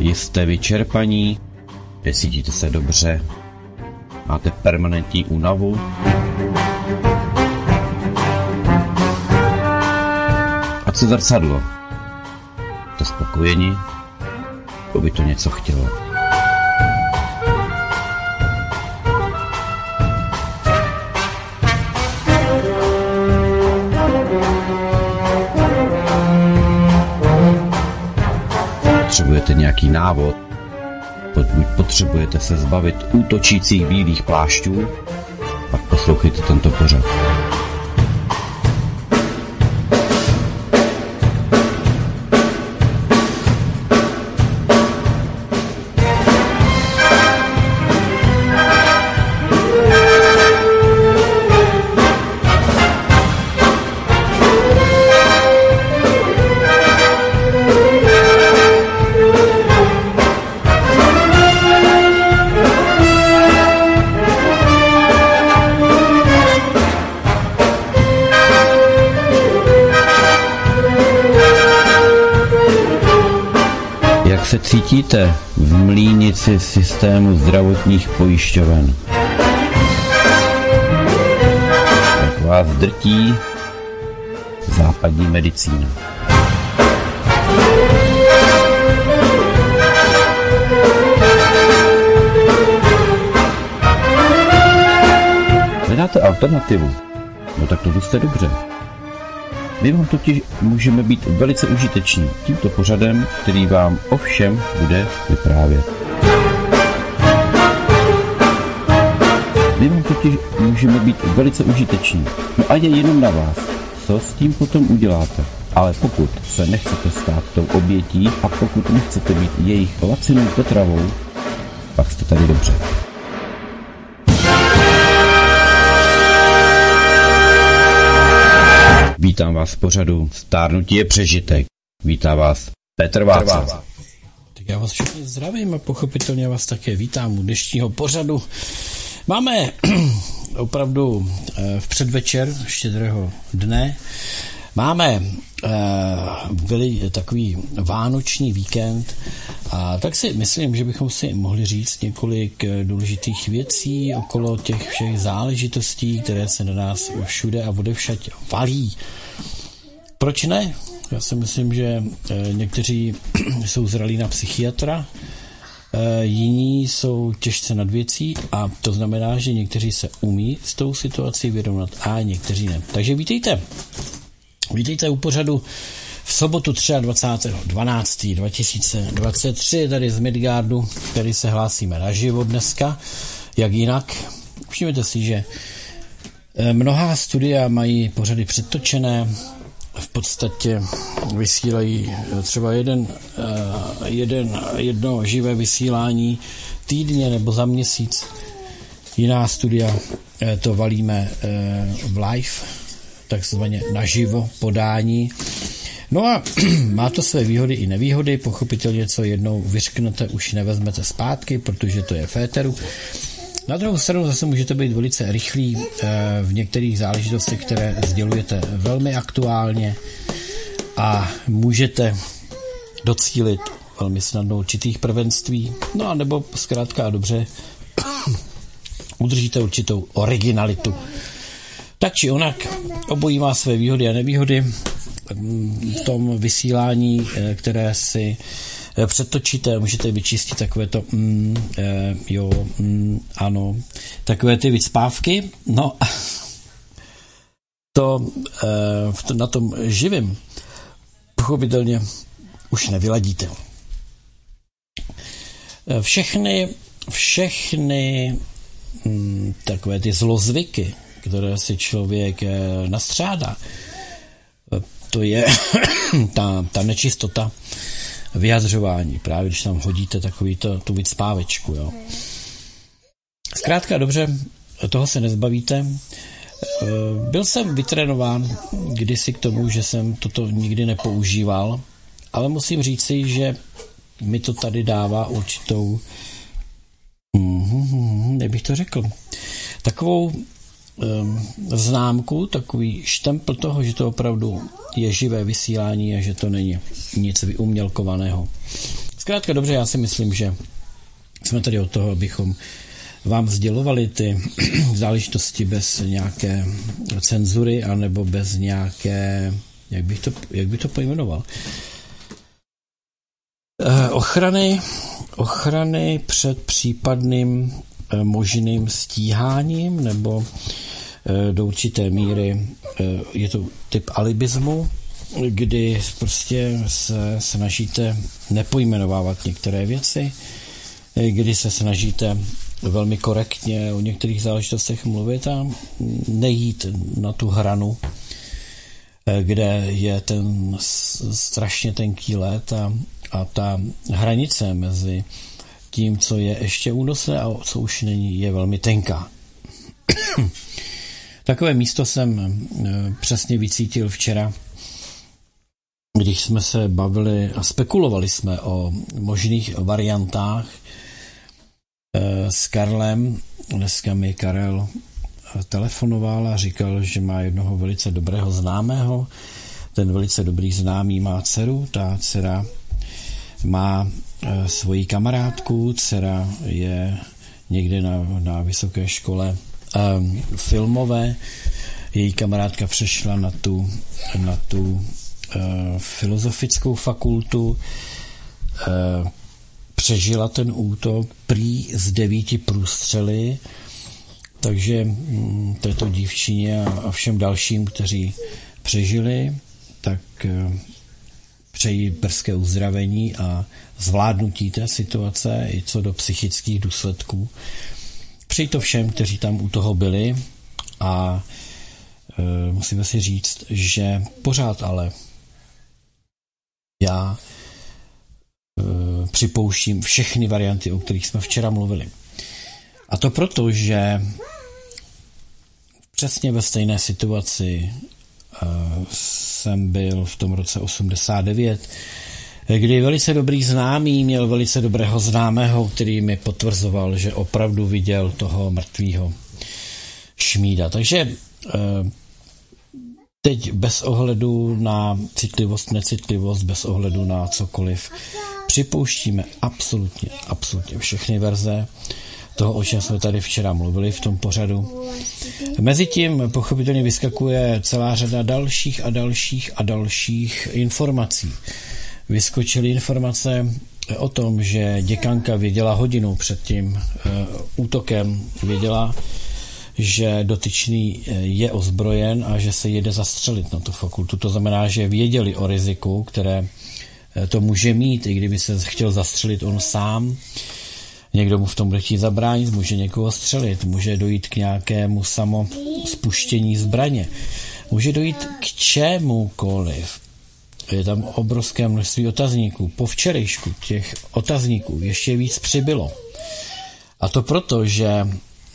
Jste vyčerpaní, necítíte se dobře, máte permanentní únavu. A co zrcadlo? Jste spokojeni? To by to něco chtělo. Potřebujete nějaký návod? Pokud potřebujete se zbavit útočících bílých plášťů, pak poslouchejte tento pořad. Jak se cítíte v mlýnici systému zdravotních pojišťoven? Jak vás drtí západní medicína? Hledáte alternativu? No tak to jste dobře. My vám totiž můžeme být velice užiteční tímto pořadem, který vám o všem bude vyprávět. My vám totiž můžeme být velice užiteční. No a je jenom na vás, co s tím potom uděláte. Ale pokud se nechcete stát tou obětí a pokud nechcete být jejich lacinou potravou, pak jste tady dobře. Vítám vás v pořadu Stárnutí je přežitek. Vítá vás Petr Václav. Tak já vás všichni zdravím a pochopitelně vás také vítám u dnešního pořadu. Máme opravdu v předvečer štědrého dne. Máme takový vánoční víkend a tak si myslím, že bychom si mohli říct několik důležitých věcí okolo těch všech záležitostí, které se na nás všude a odevšať valí. Proč ne? Já si myslím, že někteří jsou zralí na psychiatra, jiní jsou těžce nad věcí a to znamená, že někteří se umí s tou situací vyrovnat a někteří ne. Takže vítejte. Vítejte u pořadu v sobotu 23.12.2023 tady z Midgardu, který se hlásíme naživo dneska. Jak jinak? Všimněte si, že mnohá studia mají pořady předtočené, v podstatě vysílají třeba jedno živé vysílání týdně nebo za měsíc. Jiná studia to valíme v live, takzvaně naživo podání. No a má to své výhody i nevýhody, pochopitelně co jednou vyřknete, už nevezmete zpátky, protože to je v éteru. Na druhou stranu zase můžete být velice rychlí v některých záležitostech, které sdělujete velmi aktuálně a můžete docílit velmi snadno určitých prvenství, no a nebo zkrátka a dobře udržíte určitou originalitu. Tak či onak, obojí má své výhody a nevýhody. V tom vysílání, které si předtočíte, můžete vyčistit takové to ano, takové ty vycpávky. No, to na tom živým pochopitelně už nevyladíte. Všechny takové ty zlozvyky, které si člověk nastřádá, to je ta nečistota vyjadřování, právě když tam hodíte tu vycpávečku. Jo. Zkrátka dobře, toho se nezbavíte. Byl jsem vytrénován kdysi k tomu, že jsem toto nikdy nepoužíval, ale musím říci, že mi to tady dává určitou jak bych to řekl, takovou známku, takový štempl toho, že to opravdu je živé vysílání a že to není nic vyumělkovaného. Zkrátka dobře, já si myslím, že jsme tady od toho, abychom vám sdělovali ty záležitosti bez nějaké cenzury anebo bez nějaké, jak bych to pojmenoval, ochrany před případným možným stíháním nebo do určité míry je to typ alibismu, kdy prostě se snažíte nepojmenovávat některé věci, kdy se snažíte velmi korektně o některých záležitostech mluvit a nejít na tu hranu, kde je ten strašně tenký led a ta hranice mezi tím, co je ještě únosné a co už není, je velmi tenká. Takové místo jsem přesně vycítil včera, když jsme se bavili a spekulovali jsme o možných variantách s Karlem. Dneska mi Karel telefonoval a říkal, že má jednoho velice dobrého známého. Ten velice dobrý známý má dceru, ta dcera má svoji kamarádku, dcera je někde na vysoké škole filmové, její kamarádka přešla na tu filozofickou fakultu, přežila ten útok prý z 9 průstřely, takže této dívčině a všem dalším, kteří přežili, tak přeji brzké uzdravení a zvládnutí té situace i co do psychických důsledků. Přeji to všem, kteří tam u toho byli a musíme si říct, že pořád ale já připouštím všechny varianty, o kterých jsme včera mluvili. A to proto, že přesně ve stejné situaci jsem byl v tom roce 89, kdy velice dobrý známý měl velice dobrého známého, který mi potvrzoval, že opravdu viděl toho mrtvýho Šmída. Takže teď bez ohledu na citlivost, necitlivost, bez ohledu na cokoliv, připouštíme absolutně všechny verze toho, o čem jsme tady včera mluvili v tom pořadu. Mezitím pochopitelně vyskakuje celá řada dalších informací. Vyskočily informace o tom, že děkanka věděla hodinu před tím útokem, věděla, že dotyčný je ozbrojen a že se jede zastřelit na tu fakultu. To znamená, že věděli o riziku, které to může mít, i kdyby se chtěl zastřelit on sám. Někdo mu v tom bude chtít zabránit, může někoho střelit, může dojít k nějakému samospuštění zbraně, může dojít k čemukoliv. Je tam obrovské množství otazníků. Po včerejšku těch otazníků ještě víc přibylo. A to proto, že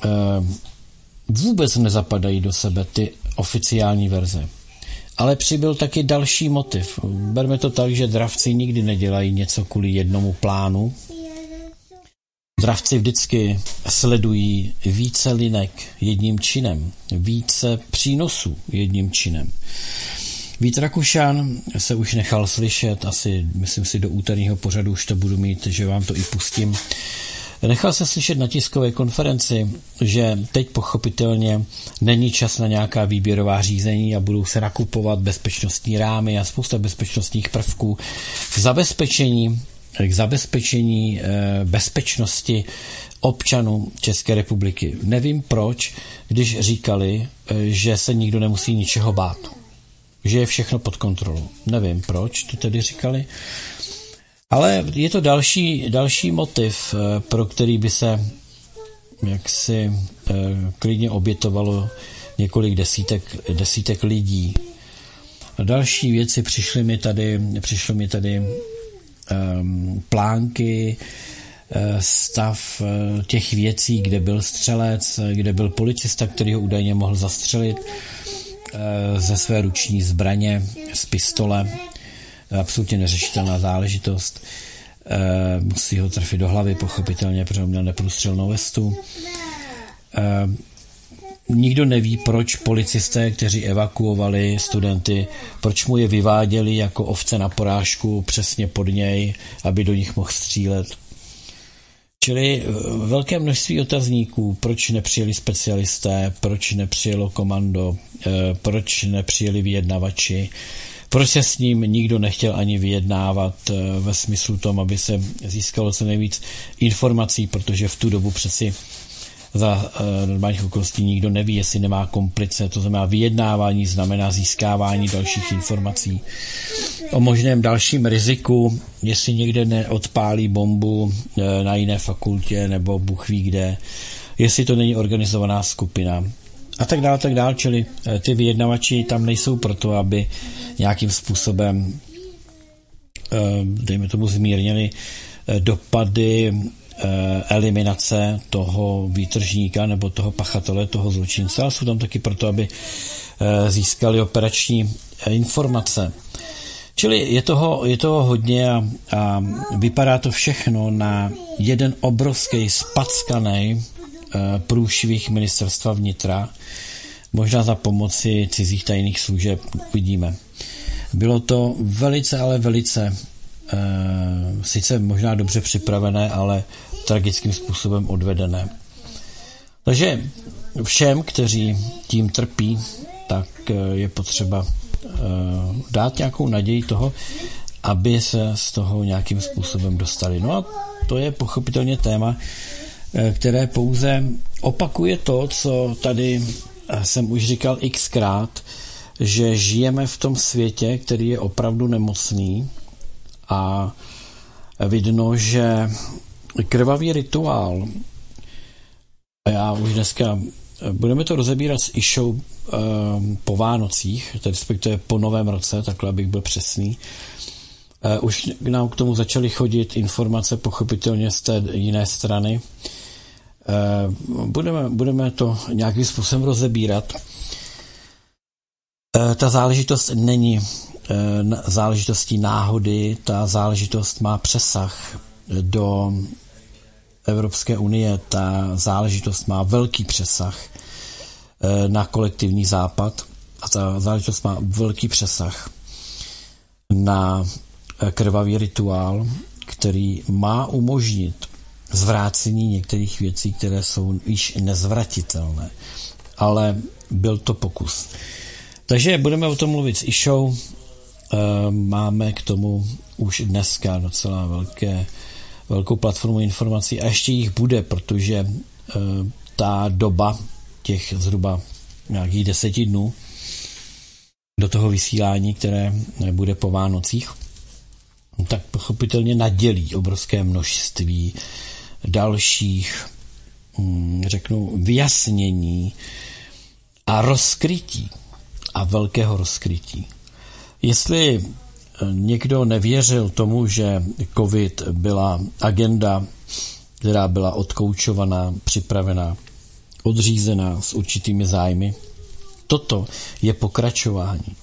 vůbec nezapadají do sebe ty oficiální verze. Ale přibyl taky další motiv. Berme to tak, že dravci nikdy nedělají něco kvůli jednomu plánu. Dravci vždycky sledují více linek jedním činem, více přínosů jedním činem. Vít Rakušan se už nechal slyšet, asi myslím si do úterního pořadu už to budu mít, že vám to i pustím. Nechal se slyšet na tiskové konferenci, že teď pochopitelně není čas na nějaká výběrová řízení a budou se nakupovat bezpečnostní rámy a spousta bezpečnostních prvků k zabezpečení bezpečnosti občanů České republiky. Nevím proč, když říkali, že se nikdo nemusí ničeho bát, že je všechno pod kontrolou. Nevím proč to tedy říkali, ale je to další motiv, pro který by se jaksi klidně obětovalo několik desítek lidí. A další věci přišly mi tady plánky, stav těch věcí, kde byl střelec, kde byl policista, který ho údajně mohl zastřelit ze své ruční zbraně, z pistole. Absolutně neřešitelná záležitost. Musí ho trefit do hlavy, pochopitelně, protože měl neprůstřelnou vestu. nikdo neví, proč policisté, kteří evakuovali studenty, proč mu je vyváděli jako ovce na porážku přesně pod něj, aby do nich mohl střílet. Čili velké množství otazníků, proč nepřijeli specialisté, proč nepřijelo komando, proč nepřijeli vyjednavači, proč se s ním nikdo nechtěl ani vyjednávat ve smyslu tom, aby se získalo co nejvíc informací, protože v tu dobu přeci za normálních okolností nikdo neví, jestli nemá komplice, to znamená vyjednávání znamená získávání dalších informací o možném dalším riziku, jestli někde neodpálí bombu na jiné fakultě nebo Bůh ví kde, jestli to není organizovaná skupina a tak dále, čili ty vyjednavači tam nejsou proto, aby nějakým způsobem dejme tomu zmírnili dopady eliminace toho výtržníka nebo toho pachatele, toho zločince, ale jsou tam taky proto, aby získali operační informace. Čili je toho hodně a vypadá to všechno na jeden obrovský spackaný průšvih ministerstva vnitra, možná za pomoci cizích tajných služeb, uvidíme. Bylo to velice, ale velice sice možná dobře připravené, ale tragickým způsobem odvedené. Takže všem, kteří tím trpí, tak je potřeba dát nějakou naději toho, aby se z toho nějakým způsobem dostali. No a to je pochopitelně téma, které pouze opakuje to, co tady jsem už říkal xkrát, že žijeme v tom světě, který je opravdu nemocný a vidno, že krvavý rituál, a já už dneska budeme to rozebírat s Išou po Vánocích, respektive po Novém roce, takhle abych byl přesný. Už nám k tomu začaly chodit informace pochopitelně z té jiné strany. Budeme to nějakým způsobem rozebírat. Ta záležitost není záležitostí náhody, ta záležitost má přesah do Evropské unie, ta záležitost má velký přesah na kolektivní západ a ta záležitost má velký přesah na krvavý rituál, který má umožnit zvrácení některých věcí, které jsou již nezvratitelné. Ale byl to pokus. Takže budeme o tom mluvit s Išou. Máme k tomu už dneska docela velkou platformu informací a ještě jich bude, protože ta doba těch zhruba nějakých 10 dnů do toho vysílání, které bude po Vánocích, tak pochopitelně nadělí obrovské množství dalších, řeknu, vyjasnění a rozkrytí a velkého rozkrytí. Jestli někdo nevěřil tomu, že COVID byla agenda, která byla odkoučovaná, připravená, odřízená s určitými zájmy, toto je pokračování.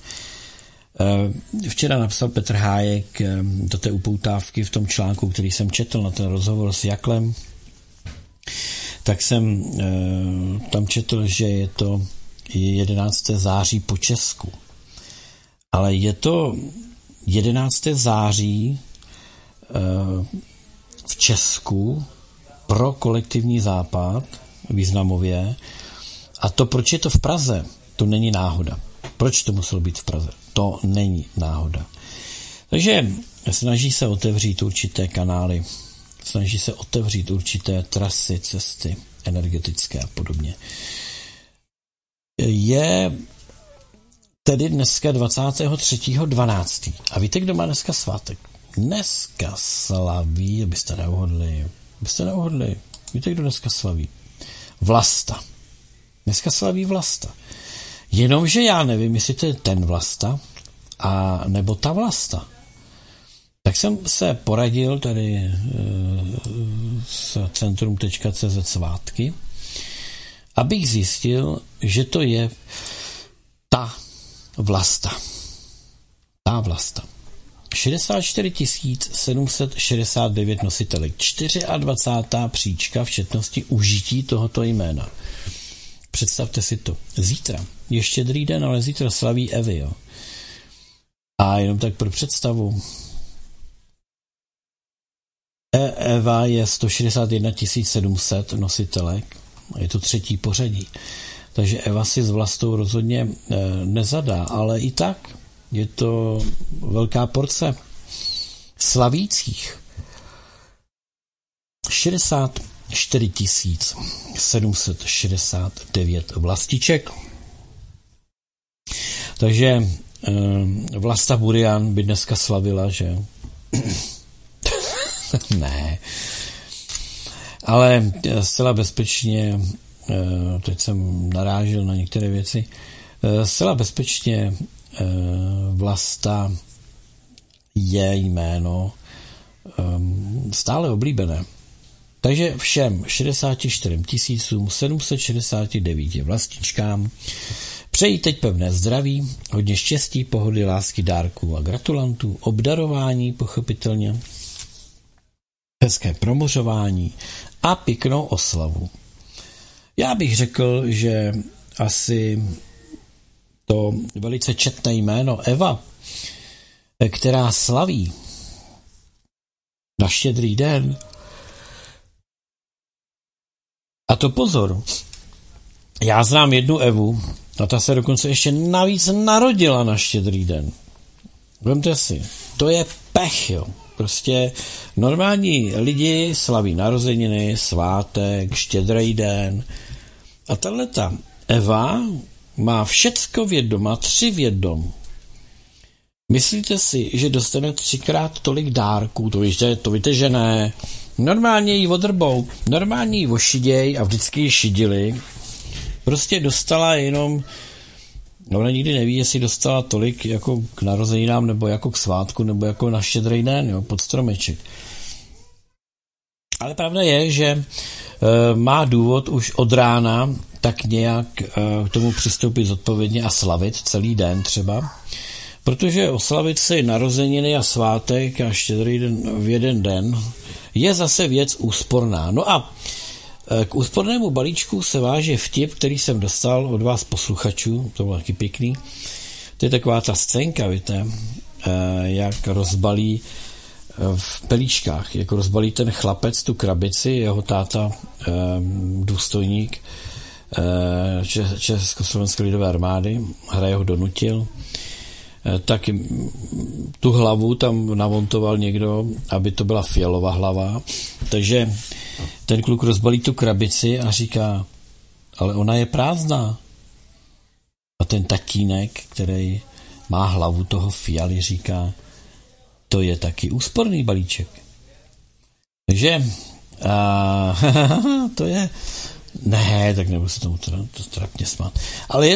Včera napsal Petr Hájek do té upoutávky v tom článku, který jsem četl na ten rozhovor s Jaklem, tak jsem tam četl, že je to 11. září po Česku. Ale je to 11. září v Česku pro kolektivní západ významově. A to, proč je to v Praze, to není náhoda. Proč to muselo být v Praze? To není náhoda. Takže snaží se otevřít určité kanály, snaží se otevřít určité trasy, cesty energetické a podobně. Je tedy dneska 23.12. A víte, kdo má dneska svátek? Dneska slaví, abyste neuhodli. Víte, kdo dneska slaví? Vlasta. Dneska slaví Vlasta. Jenomže já nevím, jestli to je ten Vlasta, a nebo ta Vlasta. Tak jsem se poradil tady s centrum.cz svátky, abych zjistil, že to je ta Vlasta. Ta Vlasta. 64 769 nositelek. 24. příčka v četnosti užití tohoto jména. představte si to. Zítra, je Štědrý den, ale zítra slaví Evy, jo. A jenom tak pro představu, Eva je 161 700 nositelek, je to 3. pořadí. Takže Eva si s Vlastou rozhodně nezadá, ale i tak je to velká porce slavících. 64 769 vlastiček. Takže Vlasta Burian by dneska slavila, že? Ne. Ale zcela bezpečně, teď jsem narážel na některé věci, zcela bezpečně Vlasta je jméno stále oblíbené. Takže všem 64 769 vlastičkám přeji teď pevné zdraví, hodně štěstí, pohody, lásky, dárků a gratulantů, obdarování pochopitelně, hezké promořování a pěknou oslavu. Já bych řekl, že asi to velice četné jméno Eva, která slaví na Štědrý den, a to pozor, já znám jednu Evu, a ta se dokonce ještě navíc narodila na Štědrý den. Vemte si, to je pech, jo. Prostě normální lidi slaví narozeniny, svátek, Štědrý den. A tahleta Eva má všecko v jednom, má 3 v jednom. Myslíte si, že dostane 3krát tolik dárků? To víte, že ne. Normálně jí odrbou, normálně jí ošiděj a vždycky ji šidili. Prostě dostala jenom, ona nikdy neví, jestli dostala tolik jako k narozeninám, nebo jako k svátku, nebo jako na Štědrý den, jo, pod stromeček. Ale pravda je, že má důvod už od rána tak nějak k tomu přistoupit zodpovědně a slavit celý den třeba, protože oslavit si narozeniny a svátek a Štědrý den v jeden den je zase věc úsporná. No a k úspornému balíčku se váže vtip, který jsem dostal od vás posluchačů, to bylo taky pěkný. To je taková ta scénka, víte, jak rozbalí v pelíčkách, jak rozbalí ten chlapec tu krabici, jeho táta, důstojník Československé lidové armády, hraje ho donutil, tak tu hlavu tam namontoval někdo, aby to byla fialová hlava, takže ten kluk rozbalí tu krabici a říká, ale ona je prázdná. A ten tatínek, který má hlavu toho fialy, říká, to je taky úsporný balíček. Takže to je, ne, tak nebudu se tomu trapně smát. Ale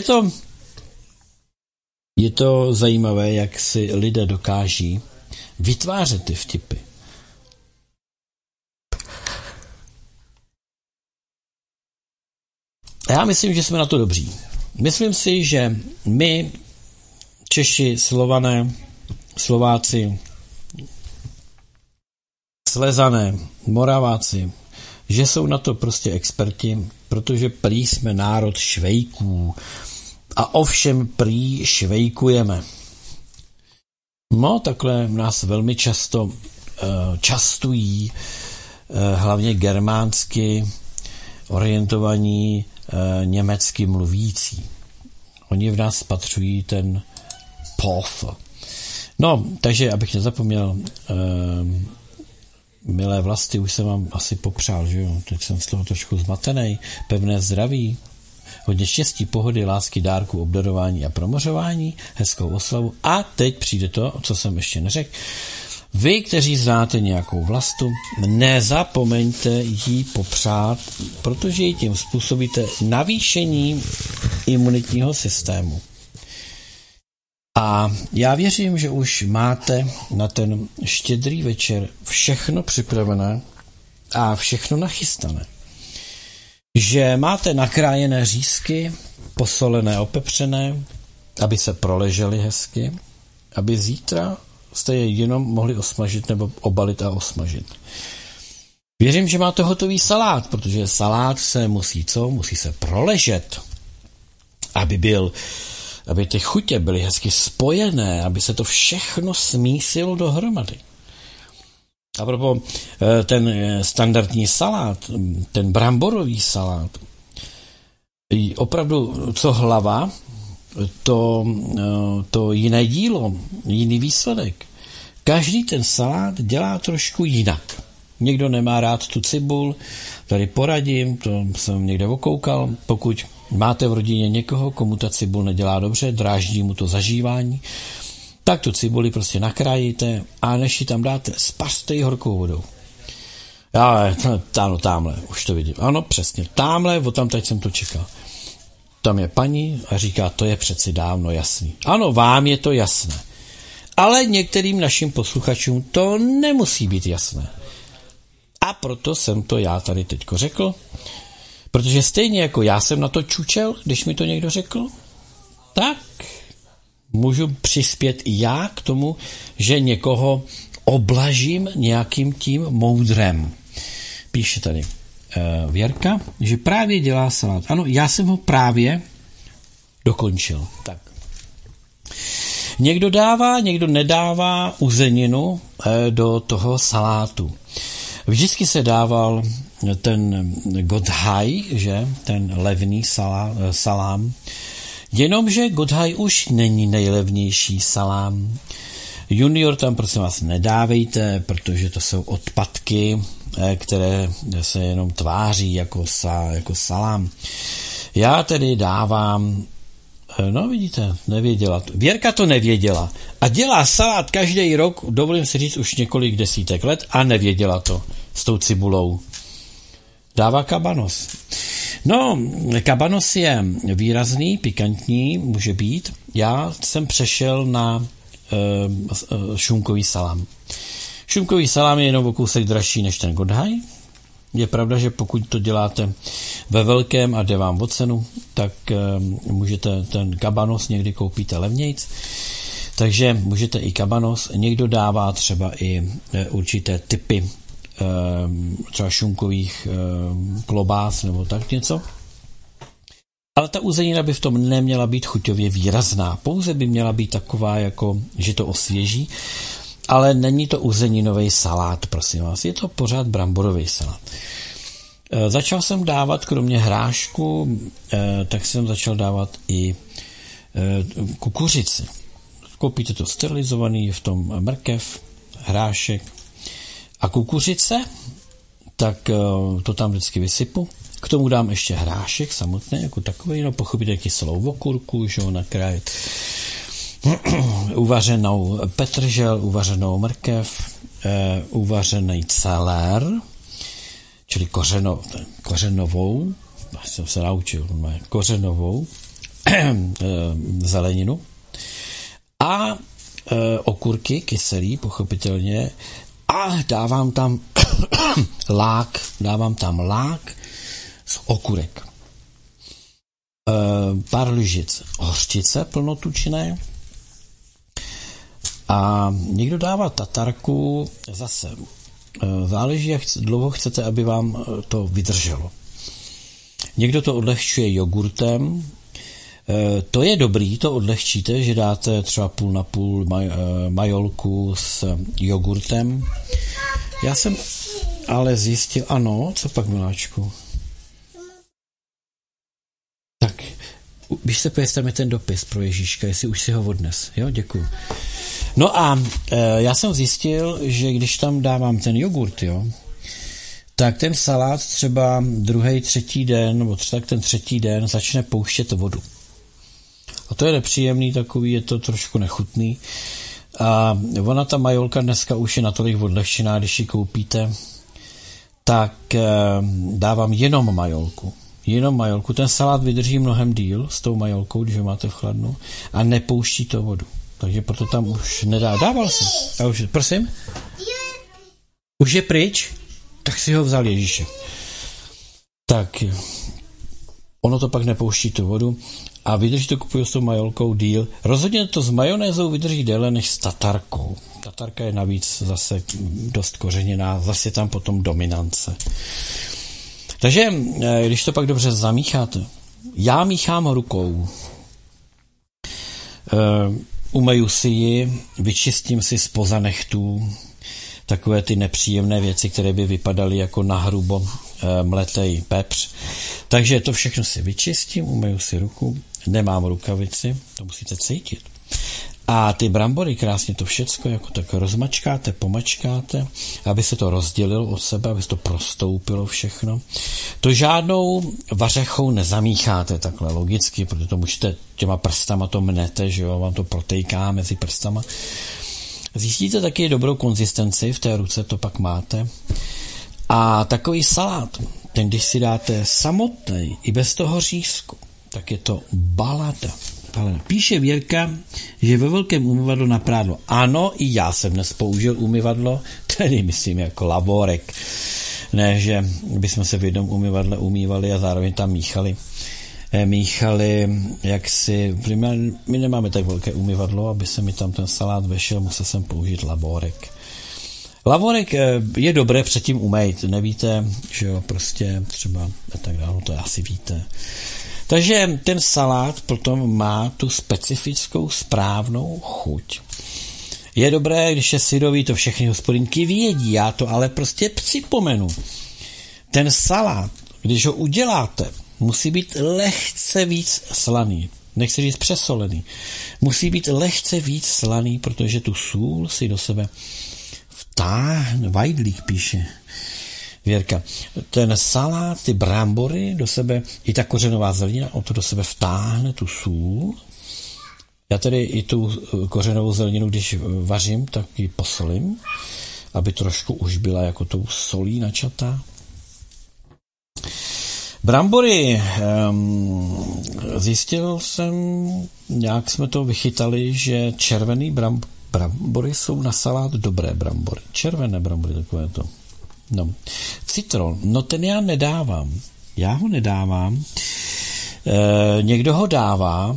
je to zajímavé, jak si lidé dokáží vytvářet ty vtipy. Já myslím, že jsme na to dobří. Myslím si, že my, Češi, Slované, Slováci, Slezané, Moraváci, že jsou na to prostě experti, protože prý jsme národ švejků. A ovšem prý švejkujeme. No, takhle nás velmi často častují hlavně germánsky orientovaní německy mluvící. Oni v nás spatřují ten pof. No, takže, abych nezapomněl, milé Vlasti, už jsem vám asi popřál, že jo? Teď jsem z toho trošku zmatenej. Pevné zdraví, hodně štěstí, pohody, lásky, dárku, obdarování a promořování, hezkou oslavu. A teď přijde to, co jsem ještě neřekl. Vy, kteří znáte nějakou Vlastu, nezapomeňte jí popřát, protože ji tím způsobíte navýšení imunitního systému. A já věřím, že už máte na ten štědrý večer všechno připravené a všechno nachystané. Že máte nakrájené řízky, posolené, opepřené, aby se proležely hezky, aby zítra jste je jenom mohli osmažit nebo obalit a osmažit. Věřím, že máte hotový salát, protože salát se musí se proležet. aby ty chutě byly hezky spojené, aby se to všechno smísilo dohromady. A proto ten standardní salát, ten bramborový salát, opravdu co hlava, to jiné dílo, jiný výsledek. Každý ten salát dělá trošku jinak. Někdo nemá rád tu cibul, tady poradím, to jsem někde okoukal, pokud máte v rodině někoho, komu ta cibul nedělá dobře, dráždí mu to zažívání, tak tu cibuli prostě nakrájíte a než ji tam dáte, spařte ji horkou vodou. Támhle, už to vidím. Ano, přesně, támhle, odtamtud jsem to čekal. Tam je paní a říká, to je přeci dávno jasný. Ano, vám je to jasné. Ale některým našim posluchačům to nemusí být jasné. A proto jsem to já tady teďko řekl, protože stejně jako já jsem na to čučel, když mi to někdo řekl, tak můžu přispět i já k tomu, že někoho oblažím nějakým tím moudrem. Píše tady Věrka, že právě dělá salát. Ano, já jsem ho právě dokončil. Tak. Někdo dává, někdo nedává uzeninu do toho salátu. Vždycky se dával ten godhaj, že? Ten levný salám. Jenomže godhaj už není nejlevnější salám. Junior tam prosím vás nedávejte, protože to jsou odpadky, které se jenom tváří jako salám. Já tedy dávám, no vidíte, nevěděla. Věrka to nevěděla. A dělá salát každý rok, dovolím si říct už několik desítek let a nevěděla to s tou cibulou. Dává kabanos. No, kabanos je výrazný, pikantní, může být. Já jsem přešel na šunkový salám. Šunkový salám je jenom o kousek dražší než ten godhaj. Je pravda, že pokud to děláte ve velkém a jde vám o cenu, tak můžete ten kabanos někdy koupíte levnějc. Takže můžete i kabanos. Někdo dává třeba i určité typy třeba šunkových klobás nebo tak něco. Ale ta uzenina by v tom neměla být chuťově výrazná. Pouze by měla být taková, jako že to osvěží. Ale není to uzeninový salát, prosím vás. Je to pořád bramborový salát. Začal jsem dávat, kromě hrášku, tak jsem začal dávat i kukuřici. Koupíte to sterilizovaný, je v tom mrkev, hrášek a kukuřice, tak to tam vždycky vysypu. K tomu dám ještě hrášek samotný, jako takový, no pochopíte kyselou okurku, že ho nakrájet. Uvařenou petržel, uvařenou mrkev, uvařený celer, čili kořenovou, jsem se naučil, kořenovou zeleninu a okurky kyselý, pochopitelně, a dávám tam lák z okurek. Pár lyžic hořčice plnotučné a někdo dává tatarku, zase záleží, jak dlouho chcete, aby vám to vydrželo. Někdo to odlehčuje jogurtem, to je dobrý, to odlehčíte, že dáte třeba půl na půl majolku s jogurtem. Já jsem ale zjistil, ano, co pak, miláčku? Tak, když se pojisteme ten dopis pro Ježíška, jestli už si ho odnes, jo, děkuju. No a já jsem zjistil, že když tam dávám ten jogurt, jo, tak ten salát třeba druhý, třetí den, nebo tak ten třetí den začne pouštět vodu. A to je nepříjemný takový, je to trošku nechutný. A ona, ta majolka dneska už je natolik odlehčená, když ji koupíte, tak dávám jenom majolku. Jenom majolku. Ten salát vydrží mnohem díl s tou majolkou, když ho máte v chladnu, a nepouští to vodu. Takže proto tam už nedá. Dával jsem. A už, prosím? Už je pryč? Tak si ho vzal Ježíšek. Tak ono to pak nepouští tu vodu a vydrží to, kupuju s tou majolkou díl. Rozhodně to s majonézou vydrží déle než s tatarkou. Tatarka je navíc zase dost kořeněná, zase tam potom dominance. Takže když to pak dobře zamícháte, Já míchám rukou. Umeju si ji, vyčistím si zpoza nechtů takové ty nepříjemné věci, které by vypadaly jako nahrubo mletej pepř. Takže to všechno si vyčistím, umeju si ruku, nemám rukavici, to musíte cítit. A ty brambory krásně to všecko jako tak rozmačkáte, pomačkáte, aby se to rozdělilo od sebe, aby se to prostoupilo všechno. To žádnou vařechou nezamícháte takhle logicky, protože to můžete těma prstama to mnete, že jo, vám to protejká mezi prstama. Zjistíte taky dobrou konzistenci, v té ruce to pak máte. A takový salát, ten když si dáte samotný, i bez toho řízku, tak je to balada. Píše Věrka, že ve velkém umyvadlu na prádlo. Ano, i já jsem dnes použil umyvadlo, tedy myslím jako lavorek. Ne, že bychom se v jednom umyvadle umývali a zároveň tam míchali jaksi, my nemáme tak velké umyvadlo, aby se mi tam ten salát vešel, musel jsem použít lavorek. Lavorek je dobré předtím umýt, nevíte, že jo, prostě třeba tak dále, to asi víte. Takže ten salát potom má tu specifickou správnou chuť. Je dobré, když je syrový, to všechny hospodinky vědí, já to ale prostě připomenu. Ten salát, když ho uděláte, musí být lehce víc slaný. Nechci říct přesolený. Musí být lehce víc slaný, protože tu sůl si do sebe vtáhne. Vajdlík píše Věrka. Ten salát, ty brambory do sebe, i ta kořenová zelenina, o to do sebe vtáhne tu sůl. Já tedy i tu kořenovou zeleninu, když vařím, tak ji posolím, aby trošku už byla jako tou solí načatá. Brambory, zjistil jsem, nějak jsme to vychytali, že červený brambory jsou na salát dobré brambory. Červené brambory, takové to. No. Citron, no ten já nedávám. Já ho nedávám. Někdo ho dává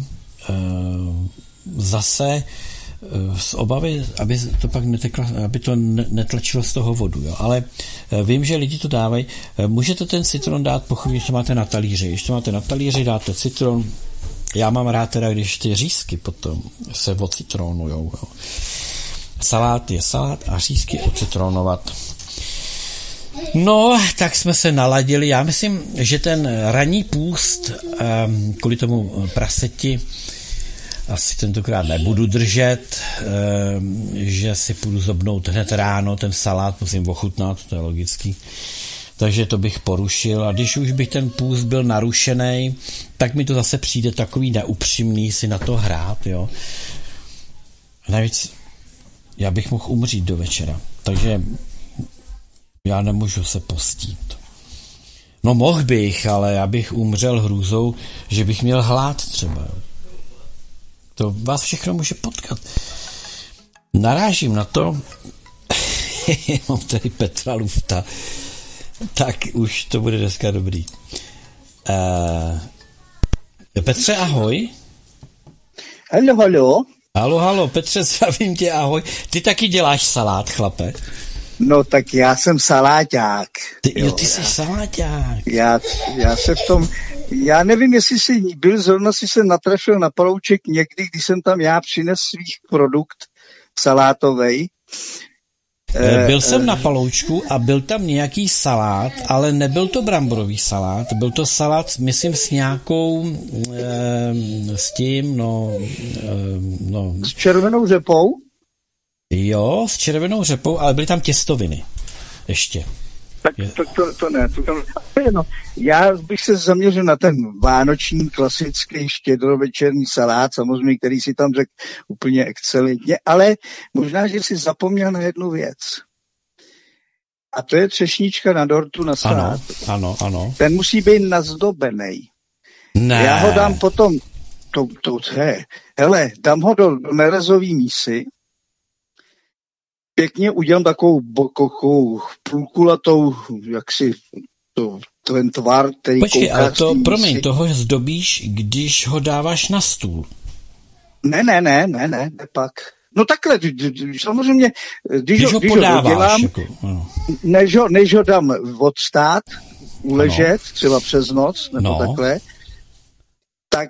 zase z obavy, aby to pak netlačilo z toho vodu. Jo. Ale vím, že lidi to dávají. Můžete ten citron dát, pokud to máte na talíři. Když to máte na talíři, dáte citron. Já mám rád teda, když ty řízky potom se ocitronujou. Jo. Salát je salát a řízky ocitronovat. No, tak jsme se naladili. Já myslím, že ten ranní půst, kvůli tomu praseti, asi tentokrát nebudu držet, že si půjdu zobnout hned ráno, ten salát musím ochutnat, to je logický. Takže to bych porušil a když už bych ten půst byl narušený, tak mi to zase přijde takový neupřímný si na to hrát, jo. Navíc já bych mohl umřít do večera, takže já nemůžu se postít. No mohl bych, ale já bych umřel hrůzou, že bych měl hlad třeba. To vás všechno může potkat. Narážím na to, mám tady Petra Lufta, tak už to bude dneska dobrý. Petře, ahoj. Halo, Petře, zdravím tě, ahoj. Ty taky děláš salát, chlape? No tak já jsem saláťák. Ty jsi saláťák. Já se v tom, já nevím, jestli jsi byl, zrovna si se natrefil na palouček někdy, když jsem tam já přines svých produkt salátovej. Byl jsem na paloučku a byl tam nějaký salát, ale nebyl to bramborový salát, byl to salát, myslím, s nějakou, s tím, S červenou řepou? Jo, s červenou řepou, ale byly tam těstoviny. Ještě. Tak to ne. Já bych se zaměřil na ten vánoční klasický štědrovečerní salát, samozřejmě, který si tam řekl úplně excelentně, ale možná, že si zapomněl na jednu věc. A to je třešnička na dortu na salát. Ano. Ten musí být nazdobený. Ne. Já ho dám potom, dám ho do nerezový mísy, pěkně udělám takovou půlkulatou, jaksi ten tvar, který počkej, ale toho zdobíš, když ho dáváš na stůl. Ne, pak. No takhle, samozřejmě, když ho dodělám, než ho dám odstát, uležet, třeba přes noc, nebo takhle, tak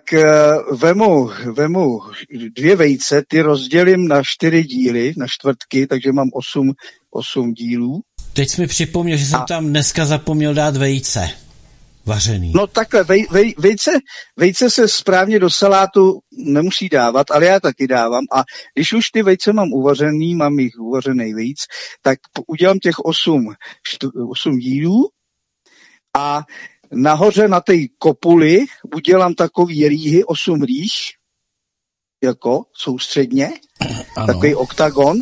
vemu 2 vejce, ty rozdělím na 4 díly, na čtvrtky, takže mám 8 dílů. Teď jsi mi připomněl, že jsem tam dneska zapomněl dát vejce vařený. No takhle, vejce se správně do salátu nemusí dávat, ale já taky dávám. A když už ty vejce mám uvařený, mám jich uvařený víc, tak udělám těch 8 dílů a nahoře na té kopuli udělám takový rýhy, 8 rýh, jako soustředně, ano. Takový oktagon,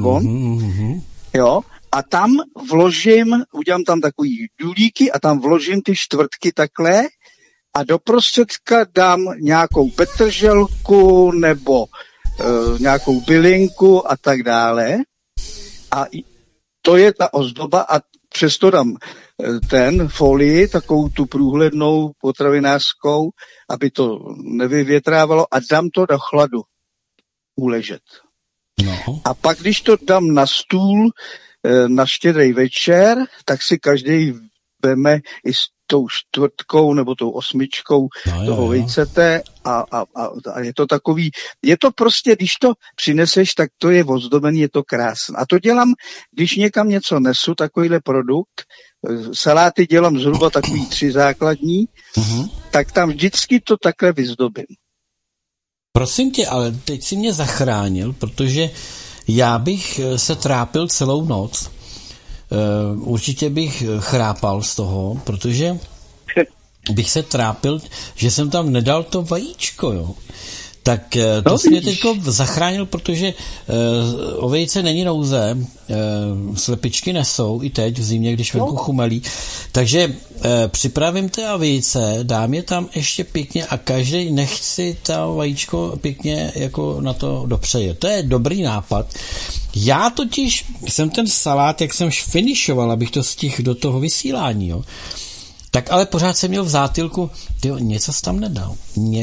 jo, a tam udělám tam takový důlíky a tam vložím ty čtvrtky takhle a do prostředka dám nějakou petrželku nebo nějakou bylinku a tak dále. A to je ta ozdoba a přesto dám folii, takovou tu průhlednou potravinářskou, aby to nevyvětrávalo a dám to do chladu uležet. No. A pak, když to dám na stůl na štědrý večer, tak si každý veme i s tou čtvrtkou nebo tou 8 toho vejcete a je to takový, je to prostě, když to přineseš, tak to je ozdobený, je to krásné. A to dělám, když někam něco nesu, takovýhle produkt, saláty dělám zhruba takový 3 základní, tak tam vždycky to takhle vyzdobím. Prosím tě, ale teď si mě zachránil, protože já bych se trápil celou noc. Určitě bych chrápal z toho, protože bych se trápil, že jsem tam nedal to vajíčko, jo. Tak to jsi mě teďko zachránil, protože o vejce není nouze, slepičky nesou i teď v zimě, když venku chumelí. Takže připravím ty vejce, dám je tam ještě pěkně a každý nechť si ta vajíčko pěkně jako na to dopřeje. To je dobrý nápad. Já totiž jsem ten salát, jak jsem finišoval, abych to stihl do toho vysílání, jo. Tak ale pořád jsem měl v zátylku, něco jsi tam nedal.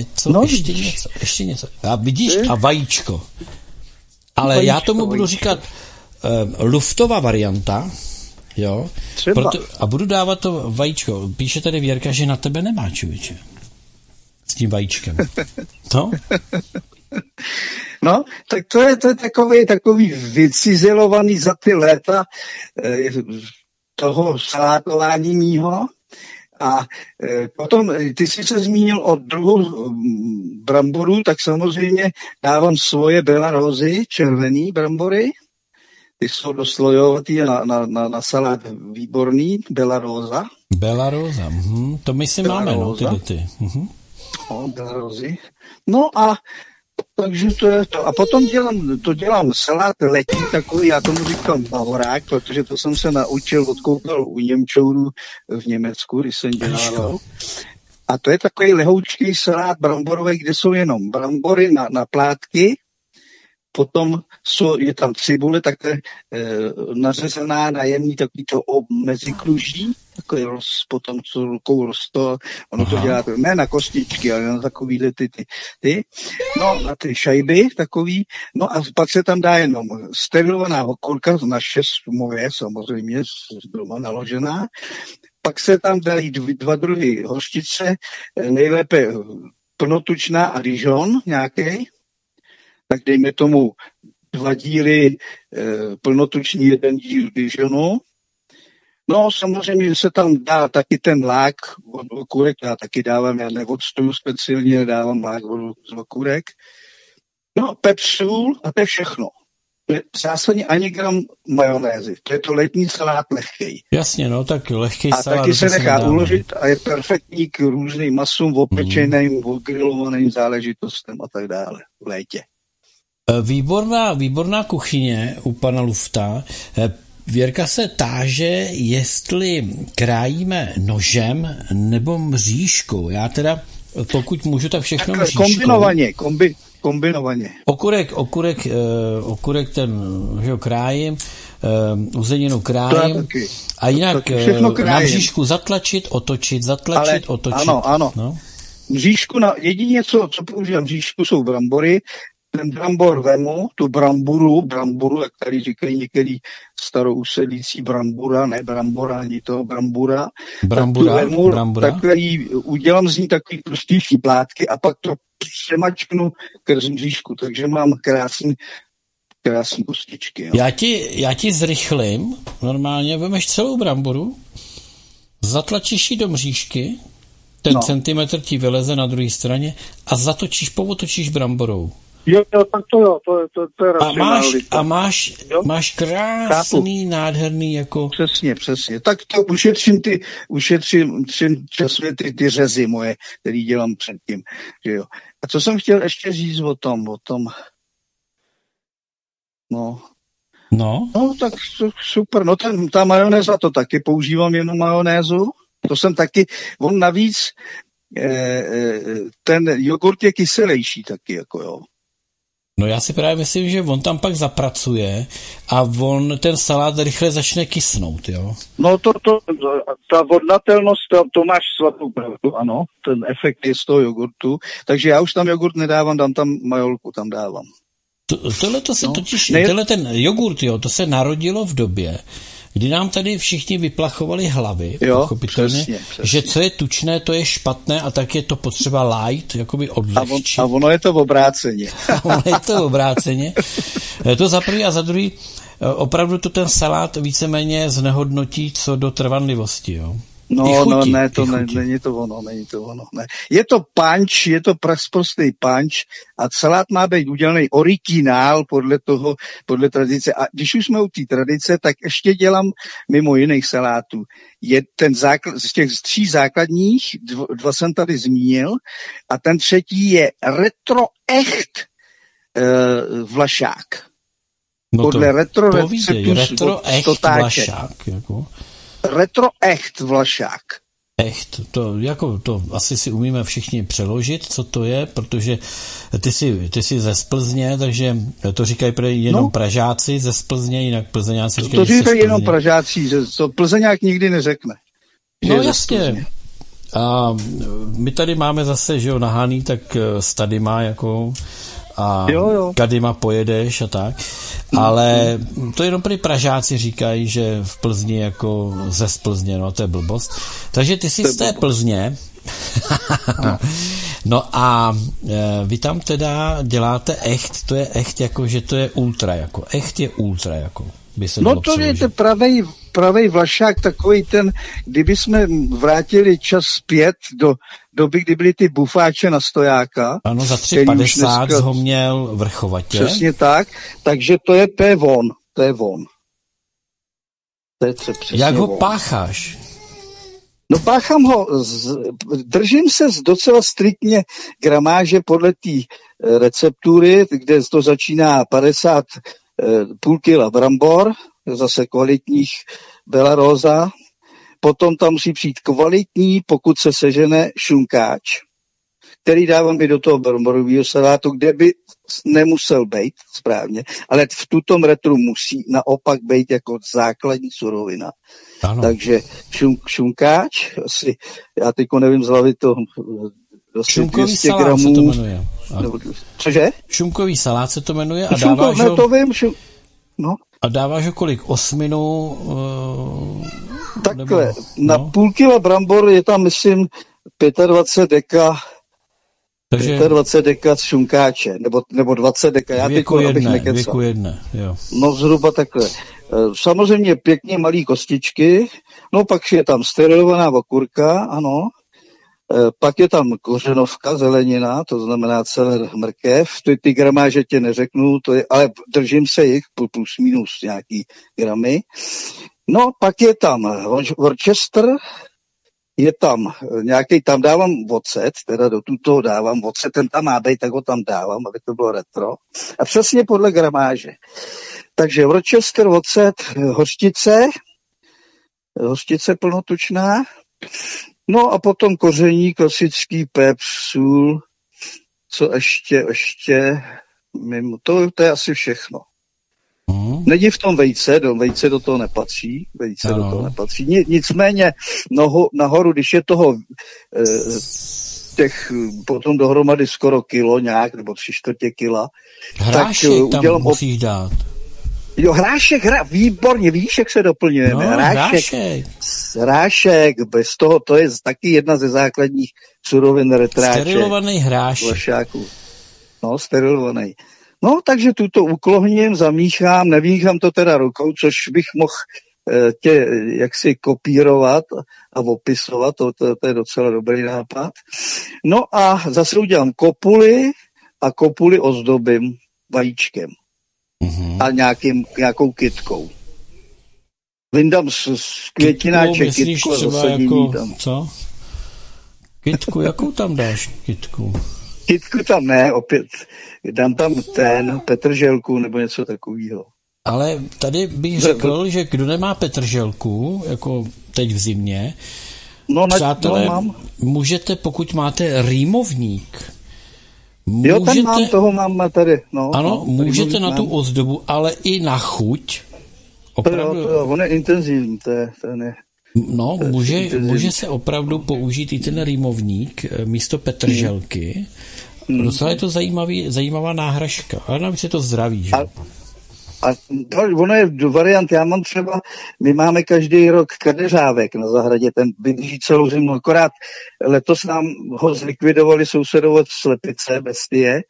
Ještě něco. A vidíš, a vajíčko. Ale já tomu budu říkat luftová varianta, jo. A budu dávat to vajíčko. Píše tady Věrka, že na tebe nemá, člověče. S tím vajíčkem. No? No, tak to je takový vycizelovaný za ty léta toho salátování mýho. A potom, ty jsi se zmínil o druhu bramborů, tak samozřejmě dávám svoje Belarosy, červený brambory. Ty jsou doslojovitý na salát výborný, Belarosa. Belarosa, to my si máme, no, ty. Belarosy. No a takže to je to. A potom dělám salát letní takový, já tomu říkám bavorák, protože to jsem se naučil, odkoukal u Němčourů v Německu, když jsem dělal. A to je takový lehoučký salát bramborový, kde jsou jenom brambory na plátky, potom je tam cibule, takhle nařezaná na jemný takový to mezikluží, takový potom co rukou rostl, ono to dělá ne na kostičky, ale na takovýhle ty, no na ty šajby takový, no a pak se tam dá jenom sterilovaná okurka, naše moje samozřejmě, doma naložená, pak se tam dají 2 druhy hořčice, nejlépe plnotučná a Dijon nějaký, tak dejme tomu 2 díly plnotuční, 1 díl Dijonu. No samozřejmě se tam dá taky ten lák od okurek, já taky dávám, já neodstuju speciálně, dávám lák z okurek. No pepř, sůl a to je všechno. To je zásadně ani gram majonézy. To je to letní salát lehkej. Jasně, no tak lehkej salát. A taky se nechá uložit a je perfektní k různým masům, opečeným, grillovaným záležitostem a tak dále v létě. Výborná kuchyně u pana Lufta. Věrka se táže, jestli krájíme nožem nebo mřížkou. Já teda, pokud můžu, tak všechno tak mřížkou. Kombinovaně. Okurek ten, že ho krájím, uzeninu krájím. A jinak na mřížku zatlačit, otočit. Ano. No? Mřížku, jedině co používám mřížku, jsou brambory, ten brambor vemu, tu bramburu, jak tady říkají některý starousedlící brambura, ne brambora, ani toho brambura. Brambura. Takový, udělám z ní takový prostý šíplátky a pak to přemačknu k mřížku, takže mám krásný kostičky. Jo. Já ti zrychlím, normálně vemeš celou bramboru, zatlačíš ji do mřížky, ten centimetr ti vyleze na druhé straně a povotočíš bramborou. Jo, tak to jo, to je racionální. A máš krásný, nádherný jako... Přesně. Tak to ušetřím časově ty řezy moje, který dělám předtím. Že jo. A co jsem chtěl ještě říct o tom. No, tak super. No ta majonéza, to taky používám jenom majonézu. To jsem taky, on navíc, ten jogurt je kyselější taky, jako jo. No já si právě myslím, že on tam pak zapracuje a ten salát rychle začne kysnout, jo? No ta vodnatelnost, to máš svatou pravdu, ano, ten efekt je z toho jogurtu, takže já už tam jogurt nedávám, dám tam majolku, tam dávám. Tenhle ten jogurt, jo, to se narodilo v době, kdy nám tady všichni vyplachovali hlavy, pochopitelně, přesně. Že co je tučné, to je špatné a tak je to potřeba light, jakoby odlehčit. A ono je to obráceně. To za prvý a za druhý, opravdu to ten salát víceméně znehodnotí co do trvanlivosti, jo. Není to ono. Ne. Je to punch, je to prostý punch a salát má být udělaný originál podle tradice. A když už jsme u té tradice, tak ještě dělám mimo jiných salátů. Je ten z těch 3 základních, 2 jsem tady zmínil, a ten třetí je retro echt vlašák. Podle retro receptu vlašák, jako. Retro echt vlašák. Echt, to asi si umíme všichni přeložit, co to je, protože ty jsi ze Splzně, takže to říkají jenom Pražáci ze Splzně, jinak Plzeňáci říkají. To říkají jenom Pražáci, to Plzeňák nikdy neřekne. No jasně. A my tady máme zase, že jo, nahaný, tak stady má jako a kadyma pojedeš a tak. Ale to jenom prý Pražáci říkají, že v Plzni jako ze Splzně, no to je blbost. Takže ty jsi z té Plzně. No a vy tam teda děláte echt, to je echt jako, že to je ultra jako. Echt je ultra jako. No to je ten pravej vlašák, takový ten, kdyby jsme vrátili čas zpět do doby, kdy byly ty bufáče na stojáka. Ano, za 3,50 ho měl Vrchovatě. Přesně tak, takže to je on. Jak ho pácháš? No páchám ho, držím se docela striktně gramáže podle té receptury, kde to začíná 50 půl kila brambor, zase kvalitních Belarosa, potom tam musí přijít kvalitní, pokud se sežene, šunkáč, který dávám i do toho bramborového salátu, kde by nemusel být správně, ale v tutom retru musí naopak být jako základní surovina. Ano. Takže šunkáč, asi, já teďko nevím z hlavy to šunkový 200 salát gramů. Se to jmenuje. Cože? Šunkový salát se to jmenuje a dáváš ho... to vím, A dáváš ho kolik? 8? Takhle, na půl kila brambor je tam, myslím, 25 deka. Takže 25 deka šunkáče, nebo 20 deka. Já věku jedné, jo. No zhruba takhle. Samozřejmě pěkně malý kostičky, no pak je tam sterilovaná okurka, ano. Pak je tam kořenovka, zelenina, to znamená celer, mrkev. Ty gramáže tě neřeknu, ale držím se jich plus minus nějaký gramy. No, pak je tam Worcester, je tam nějaký, tam dávám ocet, teda do tuto dávám ocet, ten tam má být, tak ho tam dávám, aby to bylo retro. A přesně podle gramáže. Takže Worcester, ocet, hořčice plnotučná, no a potom koření, klasický pepř, sůl, co ještě, mimo, to je asi všechno. Není v tom vejce do toho nepatří, Nicméně nahoru, když je toho těch potom dohromady skoro kilo nějak, nebo 3/4 kila. Hrášek tak, tam musíš dát. Jo, hrášek, výborně, víš, jak se doplňujeme. No, hrášek, bez toho, to je taky jedna ze základních surovin retráče. Sterilovaný hrášek. Vašáku. No, sterilovaný. No, takže tuto uklohním, nevýchám to teda rukou, což bych mohl tě jaksi kopírovat a opisovat, to je docela dobrý nápad. No a zase udělám kopuli ozdobím vajíčkem. A nějakou kytkou. Vyndám z květináče kytku a zasadím jí tam. Co? Kytku, jakou tam dáš kytku? Kytku tam ne, opět. Dám tam petrželku nebo něco takového. Ale tady bych řekl, že kdo nemá petrželku, jako teď v zimě, přátelé, můžete, pokud máte rýmovník, toho mám tady. Ano, můžete na tu ozdobu, ale i na chuť. Opravdu, on je intenzivní, to ne. No, může se opravdu použít i ten rýmovník místo petrželky. Docela je to zajímavá náhražka. Ale navíc je to zdraví, že? A ono je variant, my máme každý rok kadeřávek na zahradě, ten vydrží celou zimu, akorát letos nám ho zlikvidovali sousedové slepice, bestie,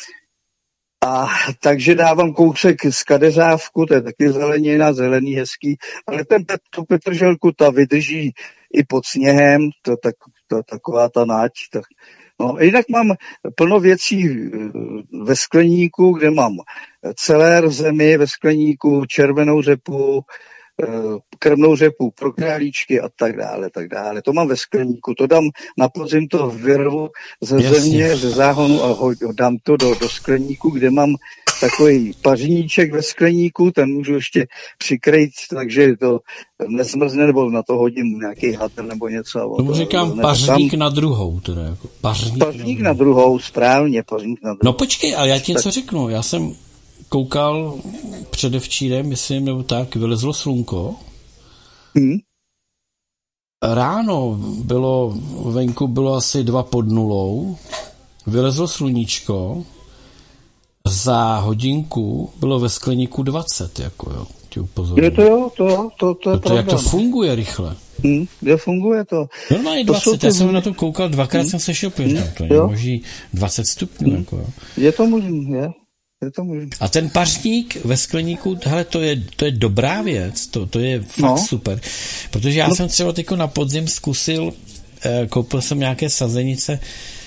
a takže dávám kousek z kadeřávku, to je taky zelenina, zelený, hezký, ale tu petrželku, ta vydrží i pod sněhem, to taková ta náť, no, jinak mám plno věcí ve skleníku, kde mám celér v zemi ve skleníku, červenou řepu, krmnou řepu pro králíčky a tak dále. To mám ve skleníku, to dám na podzim, to vyrvu ze země, ze záhonu a dám to do skleníku, kde mám takový pařníček ve skleníku, ten můžu ještě přikrýt, takže to nezmrzne, nebo na to hodím nějaký hadr nebo něco. Tomu říkám pařník na druhou. Teda jako pařník na druhou, správně, pařník na druhou. No počkej, ale já ti něco řeknu, já jsem koukal předevčírem, myslím, nebo tak, vylezlo slunko. Ráno venku bylo asi 2 pod nulou, vylezlo sluníčko, za hodinku bylo ve skleníku 20, jako jo, ti upozorňuji. Je to jo, to je pravda. Jak to funguje rychle. Funguje to. Normálně 20, já jsem na to koukal, 2krát jsem se šel pěšně, to je možný 20 stupňů, jako jo. Je to možný, je to možný. A ten pařník ve skleníku, hele, to je dobrá věc, to je fakt super, protože já jsem třeba teďko na podzim zkusil, koupil jsem nějaké sazenice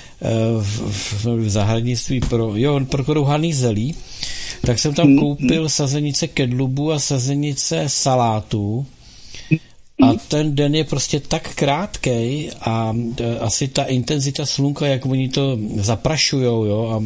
v zahradnictví pro krouhaný zelí, tak jsem tam koupil sazenice kedlubu a sazenice salátů a ten den je prostě tak krátkej a asi ta intenzita slunka, jak oni to zaprašujou, jo,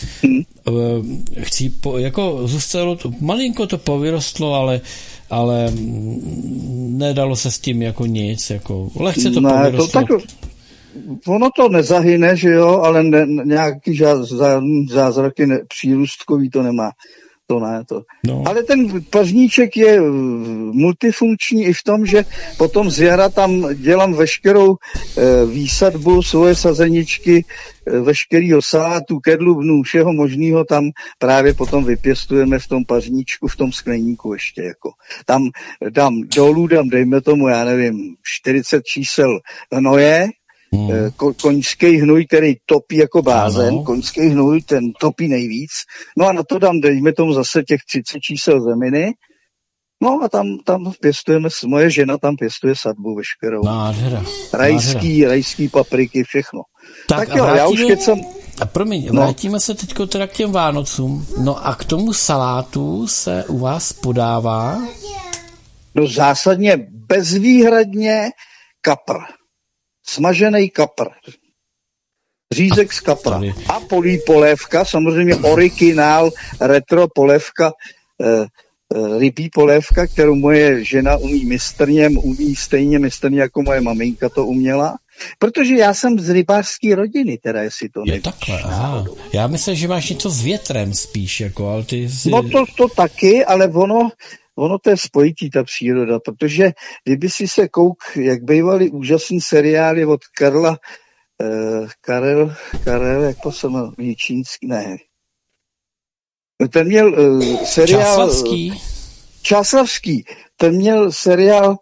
jako zůstalo to, malinko to povyrostlo, ale nedalo se s tím jako nic, jako lehce to povyrostlo. Ono to nezahyne, že jo, ale nějaký zázraky přírůstkový to nemá. No. Ale ten pařníček je multifunkční i v tom, že potom z jara tam dělám veškerou výsadbu, svoje sazeničky, veškerýho salátu, kedlubnů, všeho možného tam právě potom vypěstujeme v tom pařníčku, v tom skleníku ještě. Jako. Tam dejme tomu, já nevím, 40 čísel hnoje, koňský hnůj, který topí jako blázen, koňský hnůj, ten topí nejvíc. No a na to dejme tomu zase těch 30 čísel zeminy. No a tam pěstujeme, moje žena tam pěstuje sadbu veškerou. Nádhera. Rajský papriky, všechno. Tak jo, já už vrátíme se teďko teda k těm Vánocům. No a k tomu salátu se u vás podává? No zásadně bezvýhradně kapr. Smažený kapr. Řízek z kapra. A polévka, samozřejmě originál, retro polévka, rybí polévka, kterou moje žena umí stejně mistrně, jako moje maminka to uměla. Protože já jsem z rybářské rodiny, teda jestli to nevíš. Takhle, aha. Já myslím, že máš něco s větrem spíš, jako, ale ty si... No to taky, ale ono to je spojití, ta příroda, protože kdyby si se jak bývaly úžasný seriály od Karla Karel, jak to se jmenuje, Čínský, ne. Ten měl seriál... Čáslavský. Ten měl seriál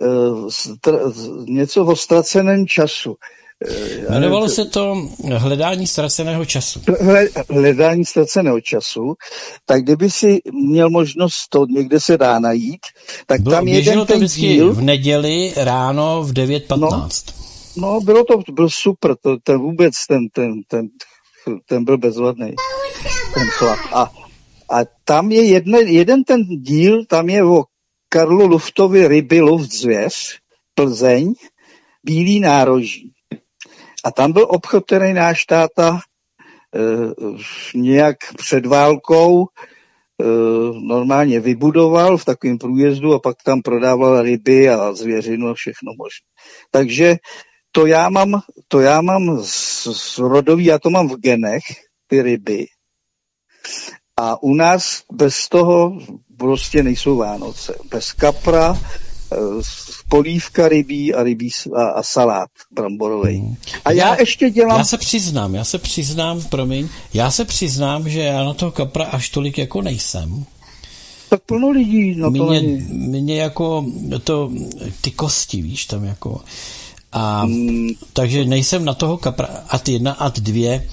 něco o ztraceném času. Jmenovalo se to Hledání ztraceného času. Hledání ztraceného času. Tak kdyby si měl možnost, to někde se dá najít, tak tam jeden ten díl... v neděli ráno v 9:15. No, byl super, ten vůbec, ten byl bezvadný, ten chlap. A tam je jeden ten díl, tam je o Karlu Luftovi Ryby Luftzvěř, Plzeň, Bílý nároží. A tam byl obchod, který náš táta nějak před válkou normálně vybudoval v takovém průjezdu a pak tam prodával ryby a zvěřinu a všechno možné. Takže to já mám z rodový, já to mám v genech, ty ryby. A u nás bez toho prostě nejsou Vánoce. Bez kapra, polívka rybí a salát bramborový. A já ještě dělám... Já se přiznám, že já na toho kapra až tolik jako nejsem. Tak plno lidí na to není. Mně jako ty kosti, víš, tam jako... A takže nejsem na toho kapra ad 1, ad 2.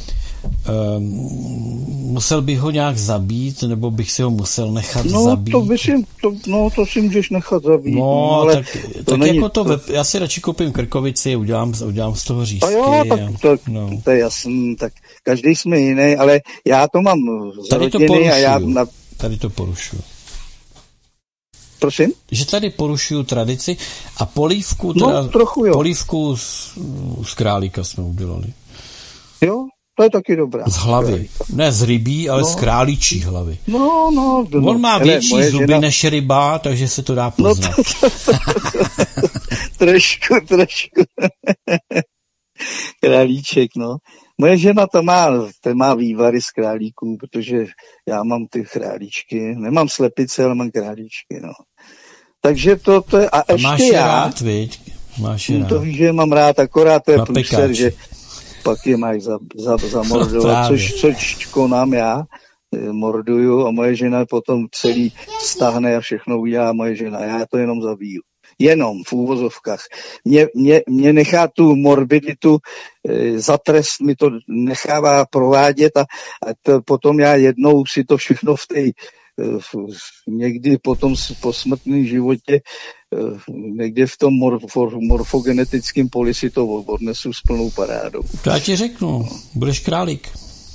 Musel bych ho nějak zabít, nebo bych si ho musel nechat zabít. To si můžeš nechat zabít. No, ale tak jako já si radši koupím krkovici, udělám z toho řízky. A jo, to je jasný, tak každý jsme jiný, ale já to mám z rodiny a já... Tady to porušuju. Prosím? Že tady porušuju tradici a polívku, polívku z králíka jsme udělali. Jo? To je taky dobrá. Z hlavy. Ne z rybí, ale z králíčí hlavy. On má větší zuby než ryba, takže se to dá poznat. Trošku. Králíček, no. Moje žena má vývary z králíků, protože já mám ty králíčky. Nemám slepice, ale mám králíčky, no. Takže to je... A ještě máš já... rád, viď? Máš rád. To víš, že mám rád, akorát to je průser, že pak je máš zamordovat, což konám já, morduju a moje žena potom celý stahne a všechno udělá moje žena. Já to jenom zabiju. Jenom v úvozovkách. Mě nechá tu morbiditu za trest, mi to nechává provádět a potom já jednou si to všechno někdy potom po smrtném životě někde v tom morfogenetickém poli si to odnesu s plnou parádou. To já ti řeknu, budeš králík.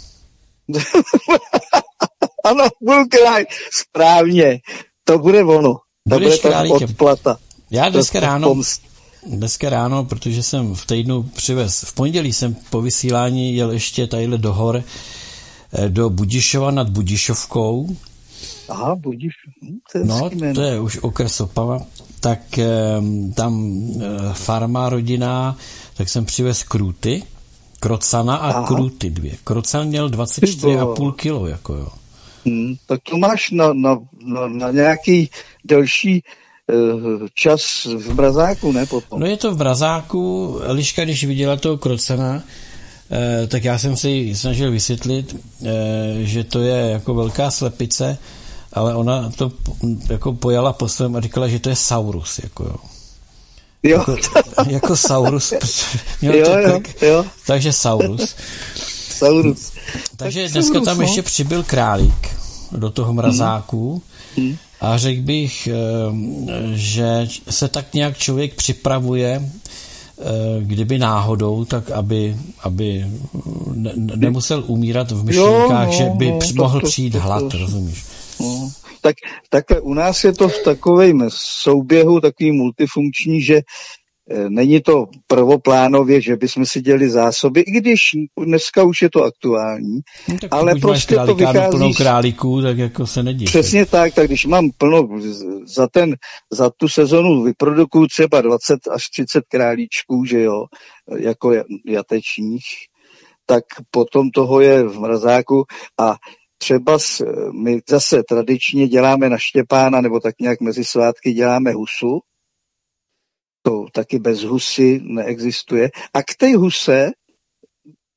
Ano, budu králík. Správně. To bude ono. To bude ta odplata. Já dneska ráno, protože jsem v týdnu v pondělí jsem po vysílání jel ještě tadyhle do hor, do Budišova nad Budišovkou. Aha, Budišov. To je už okres Opava. Tak tam farma rodinná, tak jsem přivez krůty, krocana a krůty 2. Krocan měl 24,5 kilo, jako jo. Tak to máš na nějaký delší čas v mrazáku, ne potom? No je to v mrazáku. Eliška, když viděla toho krocana, tak já jsem si snažil vysvětlit, že to je jako velká slepice, ale ona to jako pojala po svém a říkala, že to je saurus, jako jo. Jako saurus. Jo. Takže saurus. Takže dneska tam ještě přibyl králík do toho mrazáku a řekl bych, že se tak nějak člověk připravuje, kdyby náhodou, tak aby nemusel umírat v myšlenkách, že by mohl přijít hlad, rozumíš? Tak takhle u nás je to v takovém souběhu, takový multifunkční, že není to prvoplánově, že bychom si dělali zásoby, i když dneska už je to aktuální, ale prostě to vychází... plnou králíků, tak jako se nedí. Přesně tak když mám plno za tu sezonu vyprodukuju třeba 20 až 30 králíčků, že jo, jako jatečních, tak potom toho je v mrazáku a třeba my zase tradičně děláme na Štěpána, nebo tak nějak mezi svátky děláme husu. To taky bez husy neexistuje. A k té huse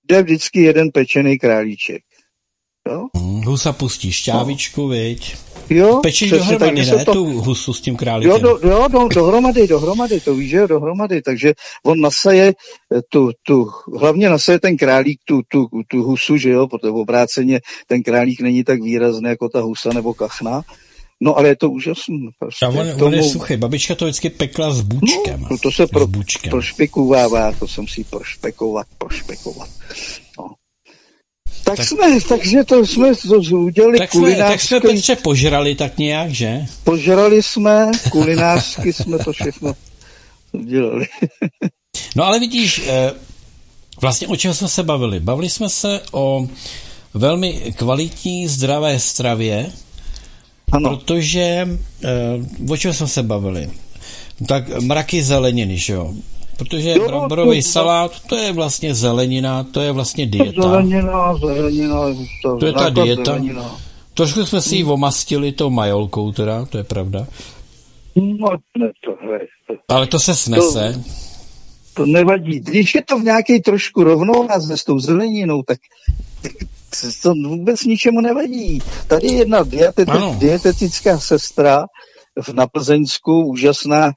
jde vždycky jeden pečený králíček. Jo? Husa pustí šťávičku, viď? Jo, pečeš přesně, dohromady, ne? Tu husu s tím králíkem. Jo, dohromady, to víš, že jo, dohromady, takže on nasaje hlavně nasaje ten králík tu husu, že jo, protože v obráceně ten králík není tak výrazný jako ta husa nebo kachna. No, ale je to úžasné. Prostě on je suchý. Babička to vždycky pekla s bučkem. No, to se prošpekovává, to jsem si prošpekovat. No. Takže to jsme udělali kulinářsky. Tak jsme, Petře, požrali tak nějak, že? Požrali jsme, kulinářsky jsme to všechno udělali. No ale vidíš, vlastně o čem jsme se bavili? Bavili jsme se o velmi kvalitní, zdravé stravě, ano. Protože o čem jsme se bavili? Tak mraky zeleniny, že jo? Protože bramborový salát, to je vlastně zelenina, to je vlastně dieta. Zelenina. To je ta dieta. Zelenina. Trošku jsme si ji omastili tou majolkou teda, to je pravda. No, ale to se snese. To nevadí. Když je to v nějaké trošku rovnováze s tou zeleninou, tak to vůbec ničemu nevadí. Tady je jedna dietetická sestra na Plzeňsku, úžasná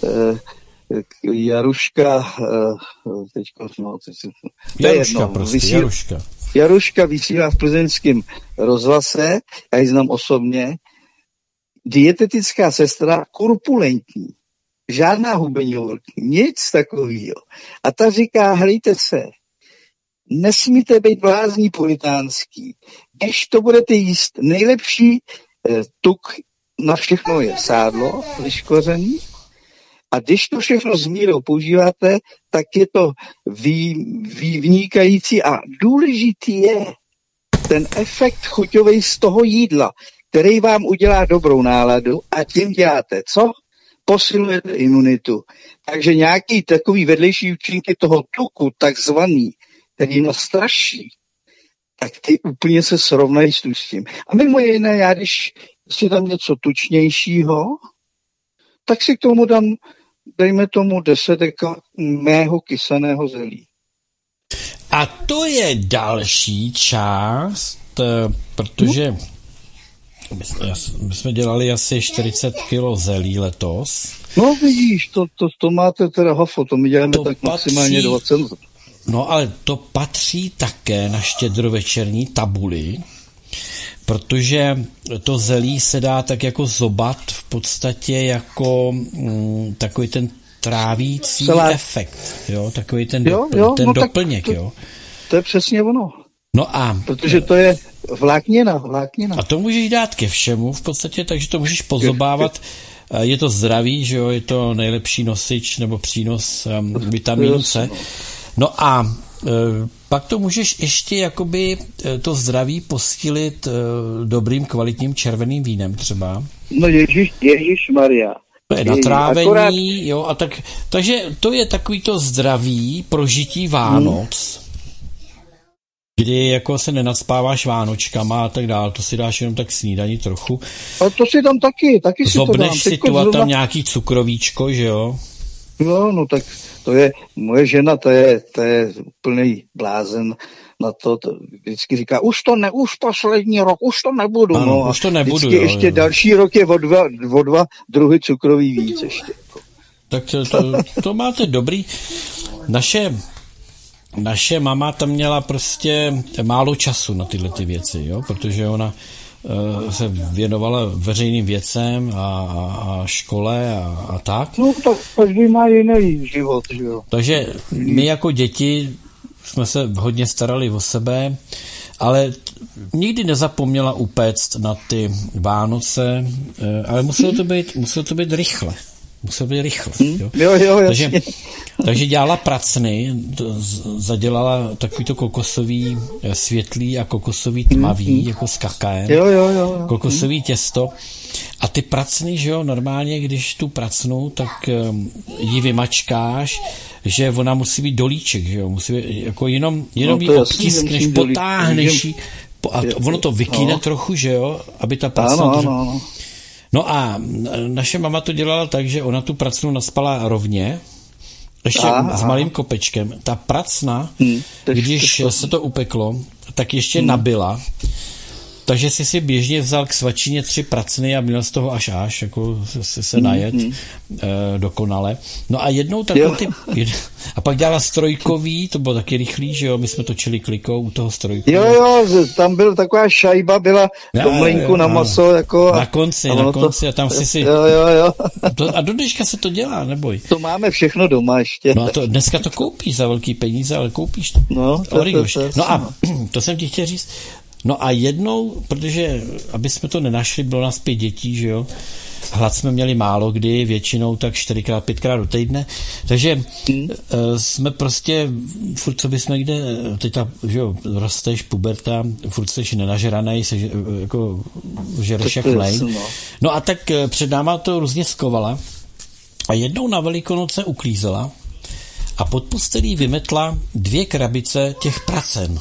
Jaruška, Jaruška vysílá v plzeňském rozhlase, já ji znám osobně, dietetická sestra, korpulentní, žádná hubeňovka, nic takového. A ta říká, hlejte se, nesmíte být blázní puritánský, když to budete jíst, nejlepší tuk na všechno je sádlo, liškořený, a když to všechno s mírou používáte, tak je to vynikající a důležitý je ten efekt chuťový z toho jídla, který vám udělá dobrou náladu a tím děláte co? Posilujete imunitu. Takže nějaký takový vedlejší účinky toho tuku, takzvaný, který nás straší, tak ty úplně se srovnají s tím. A mimo jiné, já když si dám něco tučnějšího, tak si k tomu dejme tomu 10 mého kysaného zelí. A to je další část, protože my jsme dělali asi 40 kg zelí letos. No vidíš, to máte teda hafo, to my děláme to tak maximálně 20. No ale to patří také na štědrovečerní tabuli, protože to zelí se dá tak jako zobat v podstatě jako takový ten trávící efekt, jo, takový ten doplněk, jo. To je přesně ono. No a... Protože to je vláknina. A to můžeš dát ke všemu v podstatě, takže to můžeš pozobávat. Je to zdravý, že jo, je to nejlepší nosič nebo přínos vitamínu C. No a pak to můžeš ještě jakoby to zdraví posílit dobrým kvalitním červeným vínem třeba. No Ježišmarja. To je natrávení, jo, a takže to je takový to zdraví prožití Vánoc, kdy jako se nenacpáváš vánočkama a tak dále, to si dáš jenom tak snídaní trochu. A to si tam taky si to dám. Zobneš si tu a tam nějaký cukrovíčko, že jo? No tak to je, moje žena, to je úplný blázen na to vždycky říká, už poslední rok, už to nebudu. Ano, no, už to nebudu. Vždycky ještě další rok je o dva druhy cukroví víc ještě. Tak to máte dobrý. Naše mama tam měla prostě málo času na tyhle ty věci, jo, protože ona se věnovala veřejným věcem a škole a tak. No tak každý má jiný život, že jo. Takže my jako děti jsme se hodně starali o sebe, ale nikdy nezapomněla upéct na ty Vánoce, ale muselo to být rychle. Jo? Takže dělala pracny, zadělala takovýto kokosový světlý a kokosový tmavý, jako s kakaem. Jo. Kokosový těsto. A ty pracny, že jo, normálně, když tu pracnu, tak ji vymačkáš, že ona musí být dolíček, že jo, musí být, jako jenom ji obtiskneš, potáhneš ji, a ono to vykyne trochu, že jo, aby ta pracna... Ano. No a naše mama to dělala tak, že ona tu pracnu naspala rovně ještě s malým kopečkem. Ta pracna, když se to upeklo, tak ještě nabila. Takže si běžně vzal k svačině 3 pracny a měl z toho až, jako se najet dokonale. No a jednou takový a pak dělala strojkový, to bylo taky rychlý, že jo, my jsme točili klikou u toho strojku. Jo, tam byla taková šajba, byla do mlýnku na maso, jako. Na konci a tam si Jo. A do dneška se to dělá, neboj. To máme všechno doma ještě. No a dneska to koupíš za velký peníze, ale koupíš to. No, No a to jsem ti chtěl říct. No a jednou, protože, aby jsme to nenašli, bylo nás 5 dětí, že jo, hlad jsme měli málo kdy, většinou tak 4x, 5x do týdne, takže jsme prostě, furt co bychom kde, teď že jo, rosteš, puberta, furt jsi nenažranej, jako žereš jak mlejn. No a tak před náma to různě skovala a jednou na Velikonoce uklízela a pod postelí vymetla 2 krabice těch pracen.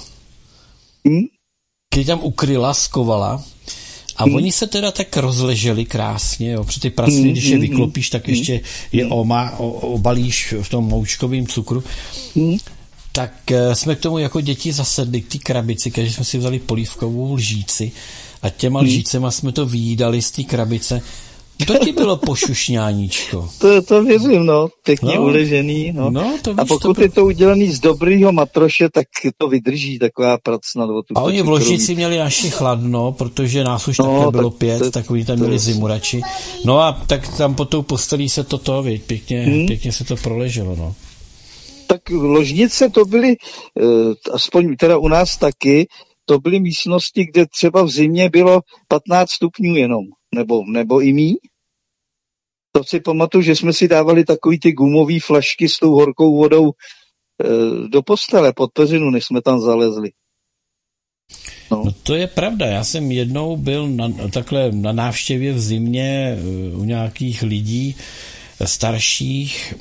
Když tam ukryla, skovala a oni se teda tak rozleželi krásně, jo, protože ty pracny, když je vyklopíš, tak ještě je obalíš v tom moučkovém cukru. Tak jsme k tomu jako děti zasedli k té krabici, takže jsme si vzali polívkovou lžíci a těma lžícema jsme to vyjídali z té krabice. To ti bylo pošušňáníčko. To věřím, no. Pěkně uležený, no. A pokud je to udělaný z dobrýho matroše, tak to vydrží taková pracna. A oni v ložnici měli naši chladno, protože nás už takhle bylo 5, takový tam měli zimurači. No a tak tam pod tou postelí se pěkně se to proleželo, no. Tak ložnice to byly, aspoň teda u nás taky, to byly místnosti, kde třeba v zimě bylo 15 stupňů jenom, nebo i míň. To si pamatuju, že jsme si dávali takový ty gumový flašky s tou horkou vodou do postele pod peřinu, než jsme tam zalezli. No to je pravda, já jsem jednou byl takhle na návštěvě v zimě u nějakých lidí starších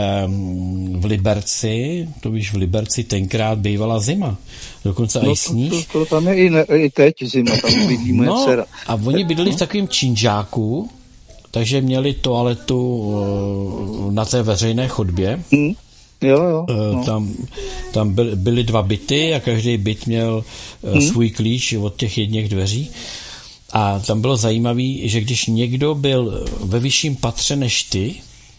v Liberci, to víš, v Liberci tenkrát bývala zima, dokonce i sníh. To tam je i teď zima, tam bydlí moje dcera. A oni bydleli v takovém činžáku, takže měli toaletu na té veřejné chodbě. Jo. Tam byly 2 byty a každý byt měl svůj klíč od těch jedněch dveří. A tam bylo zajímavé, že když někdo byl ve vyšším patře než ty,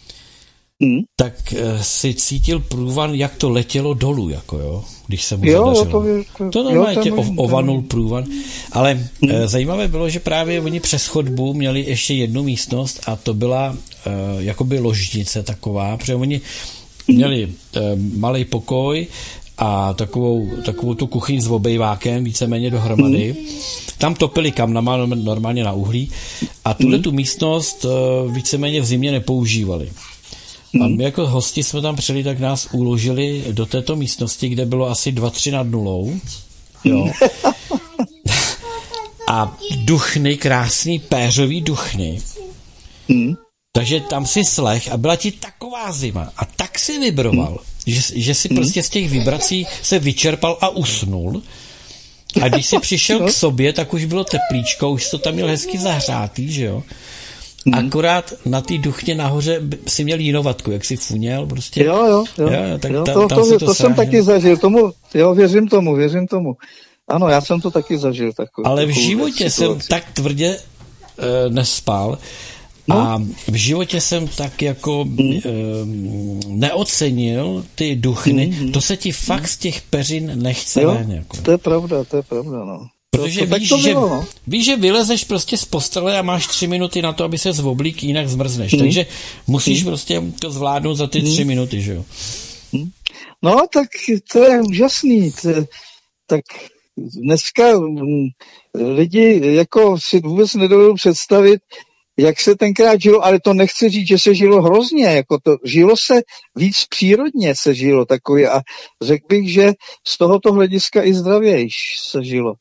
tak si cítil průvan, jak to letělo dolů, jako jo, když se mu zadařilo. To normálně tě ovanul průvan. Ale zajímavé bylo, že právě oni přes chodbu měli ještě jednu místnost a to byla jakoby ložnice taková, protože oni měli malý pokoj a takovou tu kuchyň s obejvákem víceméně dohromady. Tam topili kamnama normálně na uhlí a tu místnost víceméně v zimě nepoužívali. A my jako hosti jsme tam přijeli, tak nás uložili do této místnosti, kde bylo asi 2-3 nad nulou. Jo. A duchny, krásný péřový duchny. Takže tam si slech a byla ti taková zima. A tak si vibroval, že si prostě z těch vibrací se vyčerpal a usnul. A když si přišel k sobě, tak už bylo teplíčko, už to tam měl hezky zahřátý, že jo. Akorát na té duchně nahoře si měl jinovatku, jak si funěl prostě. Jo. Tak to jsem taky zažil, věřím tomu. Ano, já jsem to taky zažil. Ale v životě jsem tak tvrdě nespal a v životě jsem tak jako neocenil ty duchny, to se ti fakt z těch peřin nechce ven. Jako. To je pravda, no. Protože víš, že vylezeš prostě z postele a máš 3 minuty na to, aby se zoblík, jinak zmrzneš. Takže musíš prostě to zvládnout za ty 3 minuty, že jo? No, tak to je úžasný. Tak dneska lidi jako si vůbec nedovedou představit, jak se tenkrát žilo, ale to nechci říct, že se žilo hrozně, jako to žilo se víc přírodně se žilo takový a řekl bych, že z tohoto hlediska i zdravějš se žilo.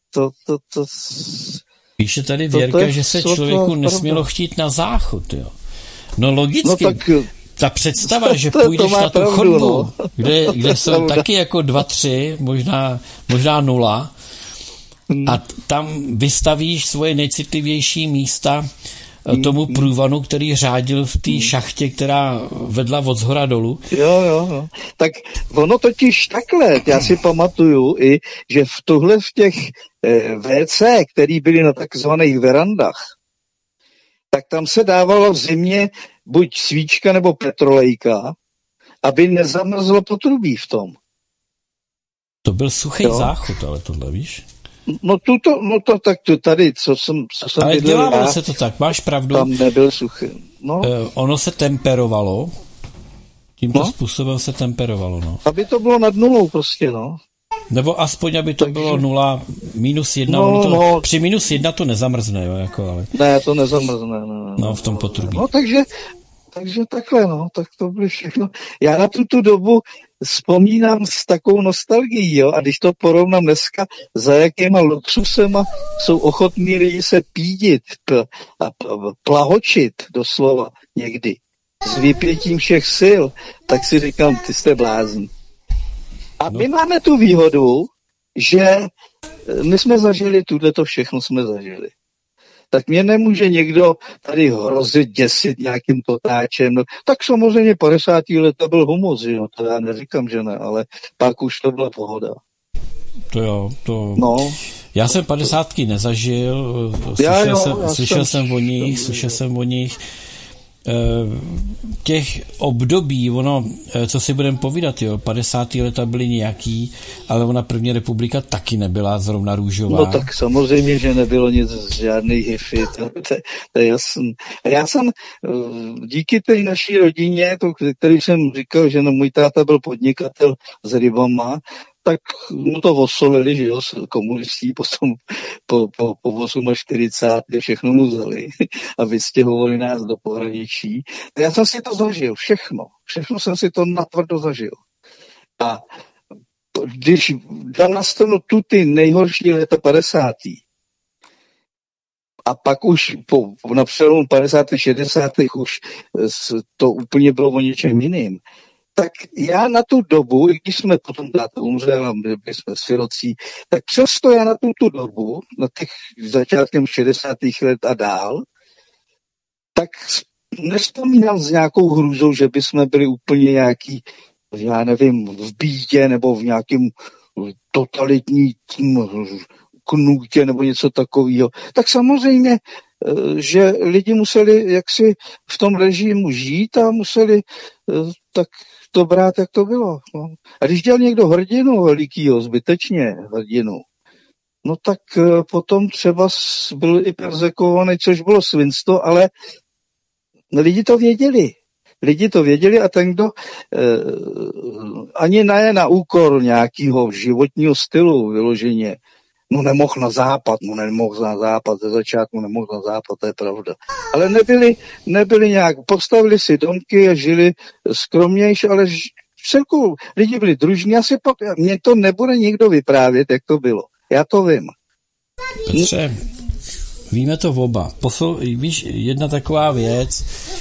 Píše tady Věrka, že se člověku nesmělo chtít na záchod, jo. No logicky, ta představa, že půjdeš na tu chodbu, kde jsou taky jako 2-3, možná 0, a tam vystavíš svoje nejcitlivější místa tomu průvanu, který řádil v té šachtě, která vedla od zhora dolů. Jo. Tak ono totiž takhle, já si pamatuju i, že v těch WC, který byly na takzvaných verandách, tak tam se dávalo v zimě buď svíčka nebo petrolejka, aby nezamrzlo potrubí v tom. To byl suchý záchod, ale tohle, víš? No to tak to tady, co jsem ale dělávalo se to tak, máš pravdu. Tam nebyl suchý. No. Ono se temperovalo, tímto způsobem se temperovalo, no. Aby to bylo nad nulou prostě, no. Nebo aspoň, aby to bylo 0, -1. Při -1 to nezamrzne, jo, jako, ale... Ne, to nezamrzne, no, v tom potrubí. No, takže takhle, no, tak to bylo všechno. Já na tu dobu vzpomínám s takovou nostalgií, jo, a když to porovnám dneska, za jakýma luxusema jsou ochotní lidi se pídit a plahočit doslova někdy s vypětím všech sil, tak si říkám, ty jste blázni. A my máme tu výhodu, že my jsme zažili, to všechno jsme zažili. Tak mě nemůže někdo tady hrozit, děsit nějakým totáčem. No, tak samozřejmě 50. leta byl humus, jo, to já neříkám, že ne, ale pak už to byla pohoda. To jo, to... No. Já jsem 50. nezažil, slyšel jsem o nich. Těch období, co si budeme povídat, jo, 50. leta byly nějaký, ale ona první republika taky nebyla zrovna růžová. No tak samozřejmě, že nebylo nic z žádných hifi, to je jasný. A já jsem díky té naší rodině, který jsem říkal, že můj táta byl podnikatel s rybama, tak mu to osolili, že jo, komunistí potom po 48. všechno mu vzali a vystěhovali nás do pohraničí. A já jsem si to zažil, všechno jsem si to natvrdo zažil. A když dám na stranu ty nejhorší léta 50. a pak už na přelomu 50. 60. už to úplně bylo o něčem jiným, tak já na tu dobu, i když jsme potom táta umřel a byli jsme sirocí, tak přesto já na tu dobu, na těch začátkem 60. let a dál, tak nevzpomínám s nějakou hrůzou, že bychom byli úplně nějaký, já nevím, v bídě nebo v nějakém totalitní knutě nebo něco takového. Tak samozřejmě, že lidi museli jaksi v tom režimu žít a museli tak to brát, jak to bylo. No. A když dělal někdo hrdinu velikýho, zbytečně hrdinu, no tak potom třeba byl i perzekovaný, což bylo svinstvo, ale lidi to věděli a ten, kdo ani ne na úkor nějakého životního stylu vyloženě, nemohl na západ, ze začátku nemohl na západ, to je pravda. Ale nebyli nějak, postavili si domky a žili skromnější, ale celku lidi byli družní. Mně to nebude nikdo vyprávět, jak to bylo. Já to vím. Petře, víme to oba. Víš, jedna taková věc,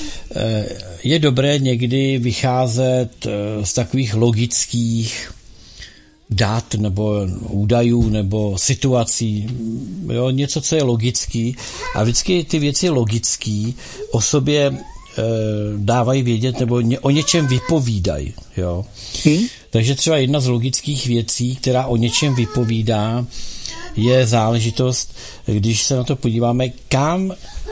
je dobré někdy vycházet z takových logických dat nebo údajů nebo situací, jo, něco, co je logický a vždycky ty věci logický o sobě dávají vědět nebo o něčem vypovídají, jo. Takže třeba jedna z logických věcí, která o něčem vypovídá, je záležitost, když se na to podíváme, kam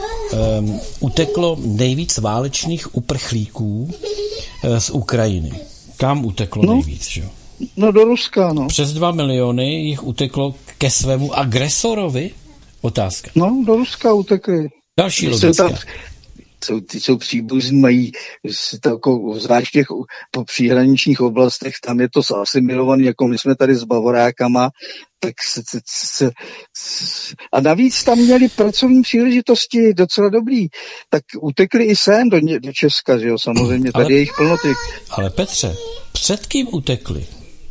uteklo nejvíc válečných uprchlíků z Ukrajiny. Kam uteklo nejvíc, že jo? No do Ruska, no. Přes 2 miliony jich uteklo ke svému agresorovi? Otázka. No, do Ruska utekli. Další logická. Jsou příbuzní, mají zvlášť po příhraničních oblastech, tam je to asimilovaný, jako my jsme tady s Bavorákama, tak a navíc tam měli pracovní příležitosti docela dobrý, tak utekli i sem do Česka, že jo, samozřejmě, tady je jich plnoty. Ale Petře, před kým utekli?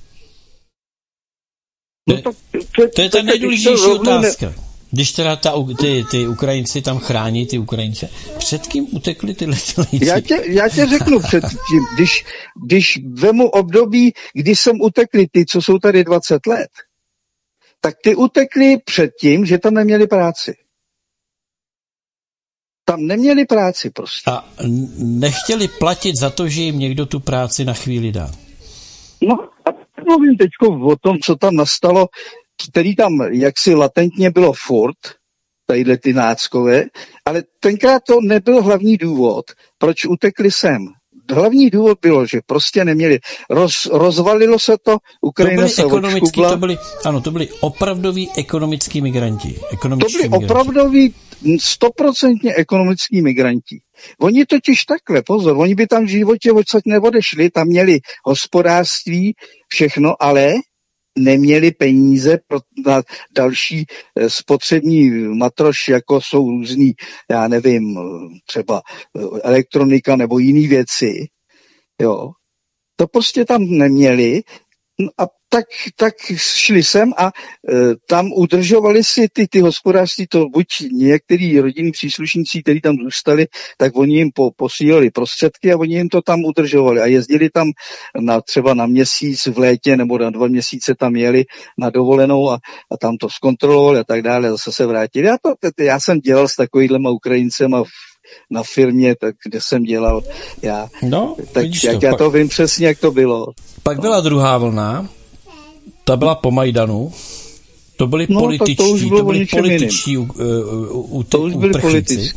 To je ta nejdůležitější otázka. Když teda ty Ukrajinci tam chrání ty Ukrajince, před kým utekli tyhle lidi? Já tě řeknu před tím, když vemu období, kdy jsem utekli ty, co jsou tady 20 let, tak ty utekli před tím, že tam neměli práci. Tam neměli práci prostě. A nechtěli platit za to, že jim někdo tu práci na chvíli dá. No a mluvím teďko o tom, co tam nastalo, který tam jaksi latentně bylo furt, tadyhle ty náckové, ale tenkrát to nebyl hlavní důvod, proč utekli sem. Hlavní důvod bylo, že prostě neměli. Rozvalilo se to, Ukrajina se odškubla. To byli opravdoví ekonomickí migranti. To byli opravdoví 100% ekonomický migranti. Oni totiž takhle, pozor, oni by tam v životě odsaď neodešli, tam měli hospodářství, všechno, ale neměli peníze na další spotřební matroš, jako jsou různý, já nevím, třeba elektronika nebo jiné věci. Jo. To prostě tam neměli a tak šli sem a tam udržovali si ty hospodářství, to buď některý rodinní příslušníci, kteří tam zůstali, tak oni jim posílali prostředky a oni jim to tam udržovali a jezdili tam třeba na měsíc v létě nebo na 2 měsíce tam jeli na dovolenou a tam to zkontrolovali a tak dále a zase se vrátili. Já jsem dělal s takovýhlema Ukrajincema na firmě, tak kde jsem dělal já. No, tak já to vím přesně, jak to bylo. Pak byla druhá vlna, ta byla po Majdanu, to byli političtí, to byli političtí uprchlíci.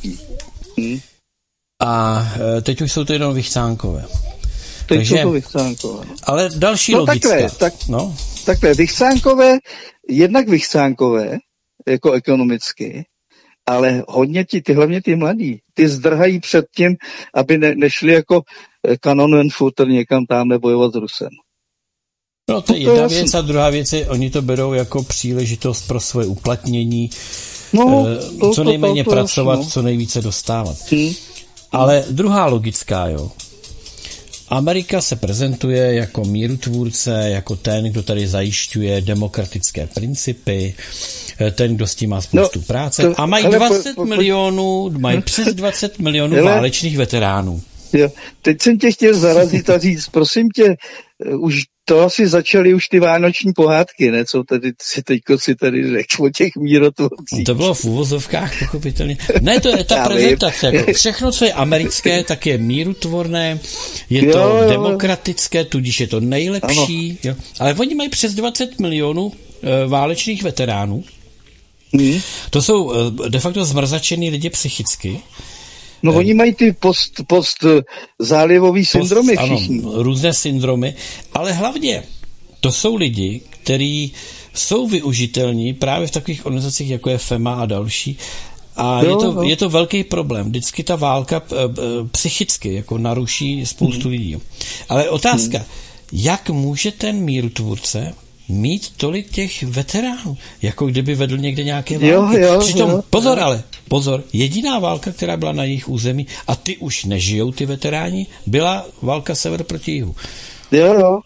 A teď už jsou to jenom Vychcánkové. Teď jsou to Vychcánkové. Ale další logická. Takhle, Vychcánkové, jednak Vychcánkové, jako ekonomicky, ale hodně hlavně ty mladí, ty zdrhají před tím, aby nešli jako Kanonenfutter někam tam nebojovat s Rusem. No to je jedna věc a druhá věc je, oni to berou jako příležitost pro svoje uplatnění, co nejméně pracovat, co nejvíce dostávat. Ale druhá logická, Amerika se prezentuje jako mírutvůrce, jako ten, kdo tady zajišťuje demokratické principy, ten, kdo s tím má spoustu práce a mají mají přes 20 milionů válečných veteránů. Jo, teď jsem tě chtěl zarazit a říct, prosím tě, už to asi začaly už ty vánoční pohádky, ne? Co tady si tady řekl o těch mírotvůrcích. To bylo v uvozovkách, pochopitelně. Ne, to je ta prezentace. Jako všechno, co je americké, tak je mírutvorné, je to demokratické, tudíž je to nejlepší. Jo. Ale oni mají přes 20 milionů válečných veteránů. To jsou de facto zmrzačený lidi psychicky. No oni mají ty postzálivový syndromy všichni. Ano, různé syndromy, ale hlavně to jsou lidi, kteří jsou využitelní právě v takových organizacích, jako je FEMA a další. A je to velký problém. Vždycky ta válka psychicky jako naruší spoustu lidí. Ale otázka, jak může ten mírutvůrce mít tolik těch veteránů, jako kdyby vedl někde nějaké války. Přitom, pozor, jediná válka, která byla na jejich území, a ty už nežijou, ty veteráni, byla válka sever proti jihu. Ano.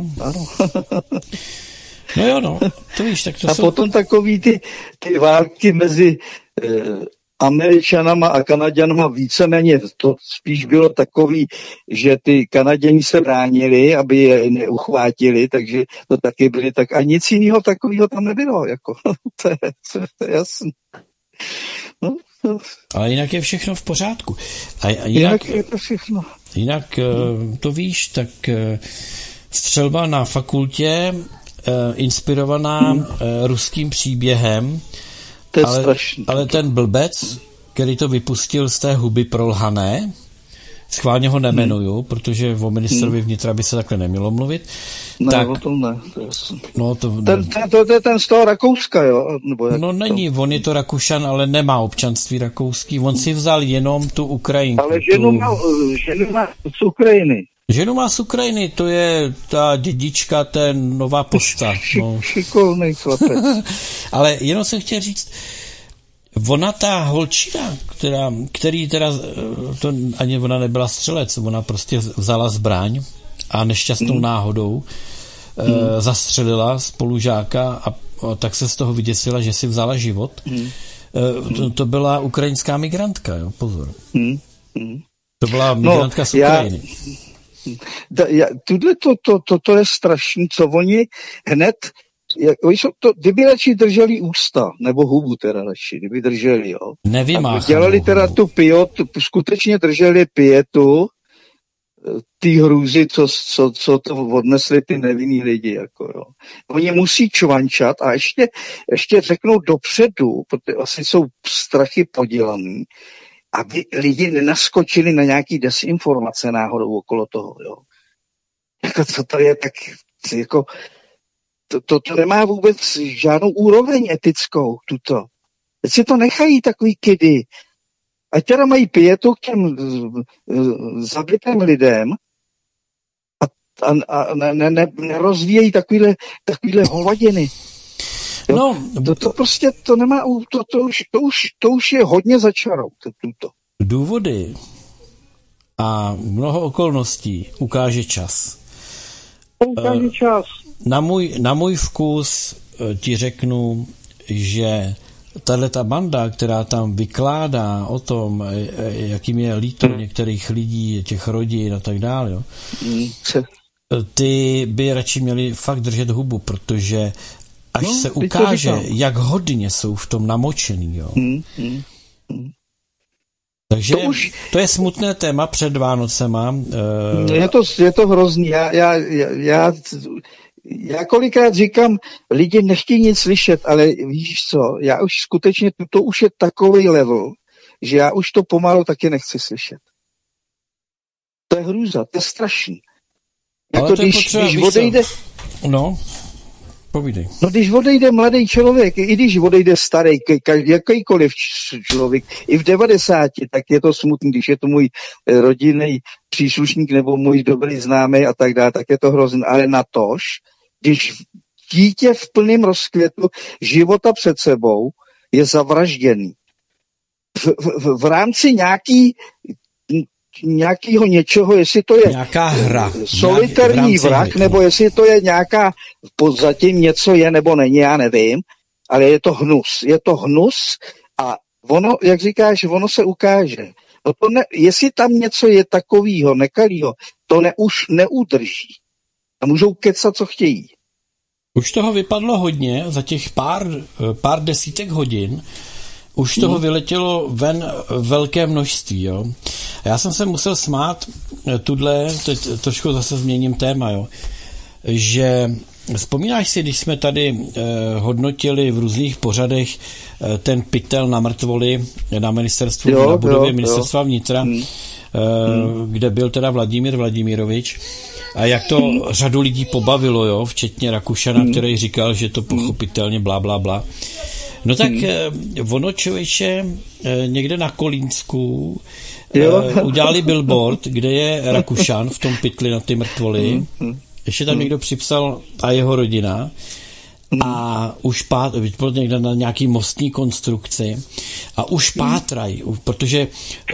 To víš, tak to a jsou... potom takový ty války mezi Američanama a Kanaďanama víceméně to spíš bylo takový, že ty Kanaděni se bránili, aby je neuchvátili, takže to taky byly tak a nic jiného takového tam nebylo, jako to je jasné. Ale jinak je všechno v pořádku. A jinak je to všechno. Jinak to víš, tak střelba na fakultě inspirovaná ruským příběhem, ale ten blbec, který to vypustil z té huby prolhané, schválně ho nemenuju, protože o ministrovi vnitra by se takhle nemělo mluvit. Ne, tak, o tom ne. To je ten z toho Rakouska, jo? Nebo není, on je to Rakušan, ale nemá občanství rakouský, on si vzal jenom tu Ukrajinku. Ale ženu má z Ukrajiny. Ženu má z Ukrajiny, to je ta dědička, ten nová posta. Šikovnej chlapec. Ale jenom jsem chtěl říct, ona ta holčina, který teda, to ani ona nebyla střelec, ona prostě vzala zbraň a nešťastnou náhodou zastřelila spolužáka a tak se z toho vyděsila, že si vzala život. To byla ukrajinská migrantka, jo, pozor. To byla migrantka z Ukrajiny. To je strašný, co oni hned kdyby radši drželi ústa, nebo hubu teda radši, kdyby drželi, jo. Dělali teda tu pietu, skutečně drželi pietu, ty hrůzy, co to odnesli ty nevinný lidi, jako jo. Oni musí čvančat a ještě řeknou dopředu, protože asi jsou strachy podělaný, aby lidi nenaskočili na nějaký desinformace náhodou okolo toho, jo. Jako co to je, tak jako to nemá vůbec žádnou úroveň etickou, tuto. Teď si to nechají takový kidy. Ať teda mají pietu k těm zabitým lidem a nerozvíjejí takovýhle hovadiny. No, to prostě to nemá, to už je hodně za čarou. Důvody a mnoho okolností ukáže čas. Na můj vkus ti řeknu, že tato banda, která tam vykládá o tom, jakým je líto některých lidí, těch rodin a tak dále, jo, ty by radši měli fakt držet hubu, protože až se ukáže, jak hodně jsou v tom namočený, jo. Takže to je smutné téma před Vánocema. Je to hrozný. Já kolikrát říkám, lidi nechtějí nic slyšet, ale víš co, já už skutečně, to už je takový level, že já už to pomalu taky nechci slyšet. To je hrůza, to je strašný. Jako když odejde... No, povídej. No když odejde mladý člověk, i když odejde starý, jakýkoliv člověk, i v 90, tak je to smutný, když je to můj rodinný příslušník nebo můj dobrý známý a tak dále, tak je to hrozný. Ale natož, když dítě v plném rozkvětu života před sebou je zavražděný. V rámci nějakého něčeho, jestli to je nějaká hra, solitární vrah, nebo jestli to je nějaká, zatím něco je nebo není, já nevím, ale je to hnus. Je to hnus a ono, jak říkáš, ono se ukáže. No jestli tam něco je takového nekalého, to už neudrží. A můžou kecat, co chtějí. Už toho vypadlo hodně, za těch pár desítek hodin, už toho vyletělo ven velké množství, jo. A já jsem se musel smát teď trošku zase změním téma, jo, že vzpomínáš si, když jsme tady hodnotili v různých pořadech ten pytel na mrtvoli na ministerstvu, na budově ministerstva vnitra, kde byl teda Vladimír Vladimirovič, a jak to řadu lidí pobavilo, jo, včetně Rakušana, který říkal, že to pochopitelně blá, blá, blá. No tak ono, člověče, někde na Kolínsku udělali billboard, kde je Rakušan v tom pytli na ty mrtvoly. Ještě tam někdo připsal a jeho rodina. A už někde na nějaký mostní konstrukci a už pátrají, protože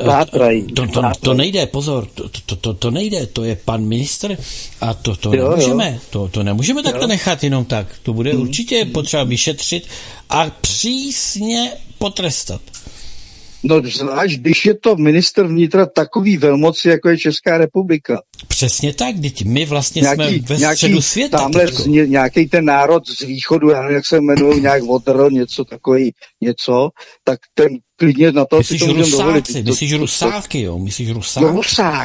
to nejde, pozor, to nejde, to je pan ministr a to nemůžeme, to nemůžeme takto nechat jenom tak, to bude určitě potřeba vyšetřit a přísně potrestat. No zvlášť, když je to ministr vnitra takový velmoci, jako je Česká republika. Přesně tak, teď my vlastně jsme ve středu světa. Tamhle nějaký ten národ z východu, já nevím, jak se jmenují, nějak Vodr, něco takový, tak ten klidně na to myslíš si to můžeme dovolit. Myslíš Rusáky, jo? Myslíš Rusák? No Rusák.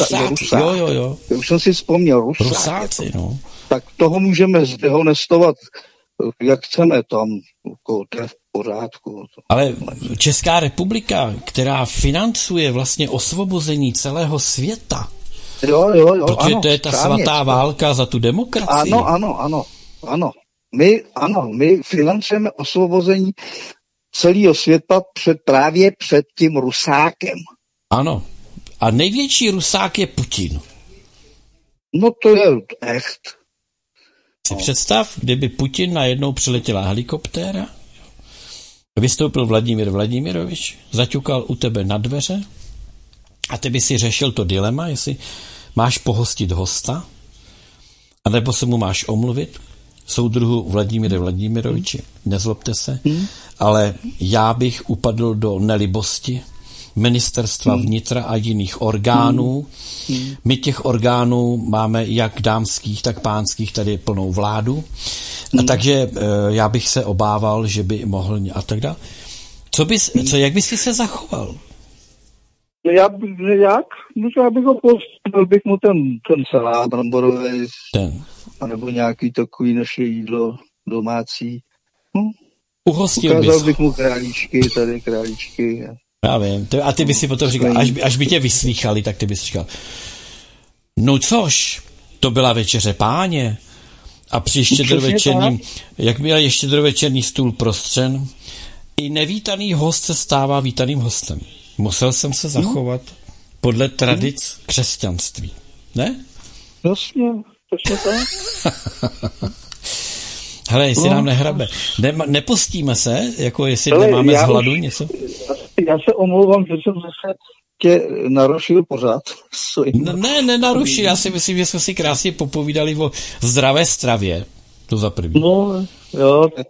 Jo. Už jsem si vzpomněl, Rusáci, no. Tak toho můžeme dehonestovat, jak chceme tam, to je v pořádku. Ale Česká republika, která financuje vlastně osvobození celého světa, jo, protože to je ta svatá válka za tu demokracii. Ano. My financujeme osvobození celého světa právě před tím Rusákem. Ano. A největší Rusák je Putin. No to je echt. Si představ, kdyby Putin najednou přiletěla helikoptéra, vystoupil Vladimír Vladimirovič, zaťukal u tebe na dveře a ty by si řešil to dilema, jestli máš pohostit hosta, anebo se mu máš omluvit. Soudruhu Vladimíre Vladimiroviči, nezlobte se, ale já bych upadl do nelibosti ministerstva vnitra a jiných orgánů. My těch orgánů máme jak dámských, tak pánských tady plnou vládu. A takže já bych se obával, že by mohl a tak dále. Jak bys si se zachoval? Já bych ho postavil, bych mu ten salát bramborový, anebo nějaký takový naše jídlo domácí. Uhostil bys. Ukázal bych mu králíčky. Já vím. A ty bys si potom říkal, až by tě vyslýchali, tak ty bys říkal, no což, to byla večeře páně a při štědrovečerním, jak byl štědrovečerní stůl prostřen, i nevítaný host se stává vítaným hostem. Musel jsem se zachovat podle tradic křesťanství. Ne? Jasně tak. Hele, jestli nám nehrabe. Nepustíme se, jako jestli nemáme z hladu něco? Já se omlouvám, že jsem zase tě narušil pořád. Ne, nenarušil. Já si myslím, že jsme si krásně popovídali o zdravé stravě. To za první. No, jo, tak...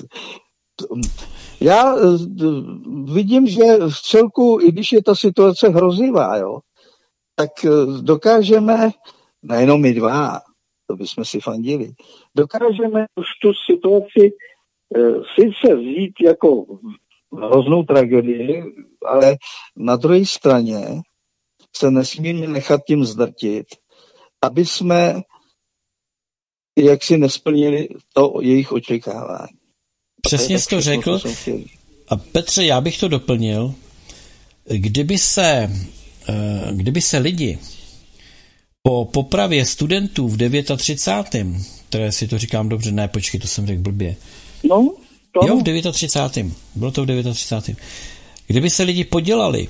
Já vidím, že v celku, i když je ta situace hrozivá, jo, tak dokážeme, nejenom my dva, to bychom si fandili, dokážeme už tu situaci sice vzít jako hroznou tragédii, ale na druhé straně se nesmíme nechat tím zdrtit, aby jsme jaksi nesplnili to jejich očekávání. Přesně jsi to řekl. A Petře, já bych to doplnil. Kdyby se lidi po popravě studentů v 39. které si to říkám dobře, ne, počkej, to jsem řekl blbě. No, to jo, v 39. Bylo to v 39. Kdyby se lidi podělali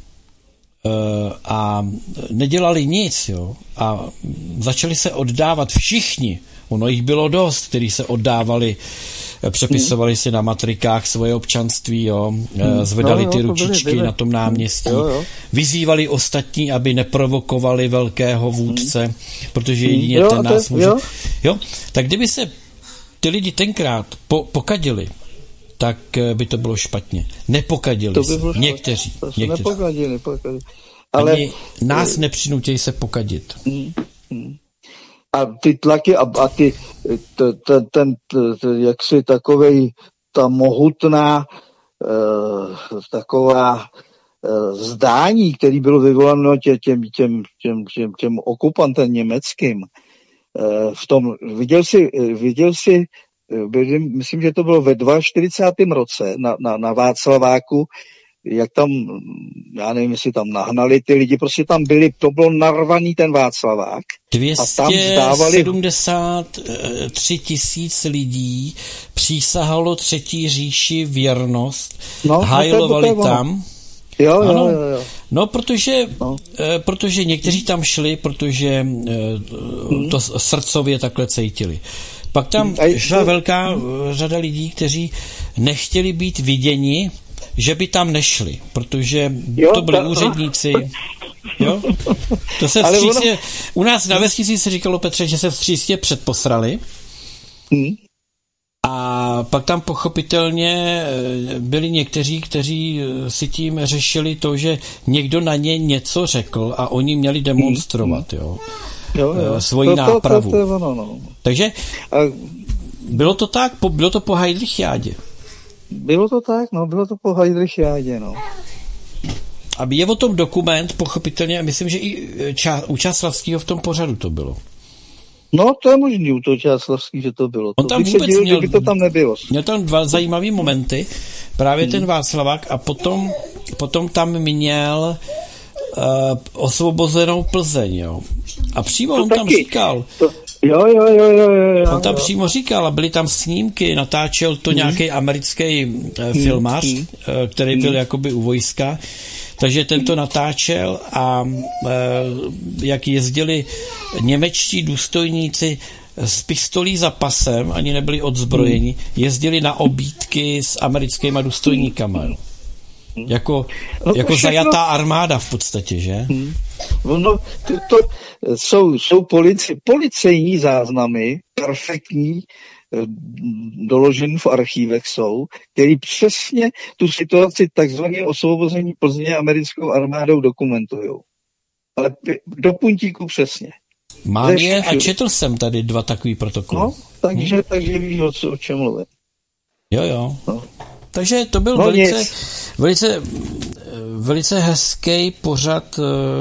a nedělali nic, jo, a začali se oddávat všichni, ono jich bylo dost, kteří se oddávali, přepisovali si na matrikách svoje občanství, jo, zvedali ty ručičky na tom náměstí, vyzývali ostatní, aby neprovokovali velkého vůdce, protože jedině ten nás může... Jo, tak kdyby se ty lidi tenkrát pokadili, tak by to bylo špatně. Nepokadili se. Někteří. Nepokadili. Ale nás nepřinutějí se pokadit. A ty tlaky a ty jaksi takovej, ta mohutná taková zdání, který bylo vyvoláno těm okupantem německým, v tom, viděl jsi, myslím, že to bylo ve 42. roce na Václaváku, jak tam, já nevím, jestli tam nahnali ty lidi, prostě tam byli, to bylo narvaný ten Václavák. 273 000 lidí přísahalo Třetí říši věrnost, hajlovali tam. Jo. No, protože někteří tam šli, protože to srdcově takhle cítili. Pak tam šla velká řada lidí, kteří nechtěli být viděni, že by tam nešli, protože to byli úředníci. Jo? To se vstřícně, u nás na vesnici se říkalo, Petře, že se vstřícně předposrali. A pak tam pochopitelně byli někteří, kteří si tím řešili to, že někdo na ně něco řekl a oni měli demonstrovat, svoji nápravu. Takže bylo to tak, bylo to po Heidrichiádě. Bylo to po Heidrichiádě, no. A je o tom dokument, pochopitelně, myslím, že i u Čáslavského v tom pořadu to bylo. No, to je možný u toho Čáslavský, že to bylo. On tam vůbec měl, kdyby to tam nebylo. Měl tam dva zajímavé momenty, právě ten Václavák a potom tam měl osvobozenou Plzeň, jo. A přímo on tam říkal... Jo. On tam přímo říkal, a byly tam snímky, natáčel to nějaký americký filmář, který byl jakoby u vojska, takže ten to natáčel a jak jezdili němečtí důstojníci s pistolí za pasem, ani nebyli odzbrojeni, jezdili na obídky s americkýma důstojníkama. Jako zajatá armáda v podstatě, že? No, to jsou policejní záznamy, perfektní, doložen v archívech jsou, který přesně tu situaci takzvané osvobození Plzně americkou armádou dokumentují. Ale do puntíku přesně. Mám je a četl jsem tady 2 takový protokoly. No, takže víš, o čem mluvím. Jo. No. Takže to byl velice hezký pořad.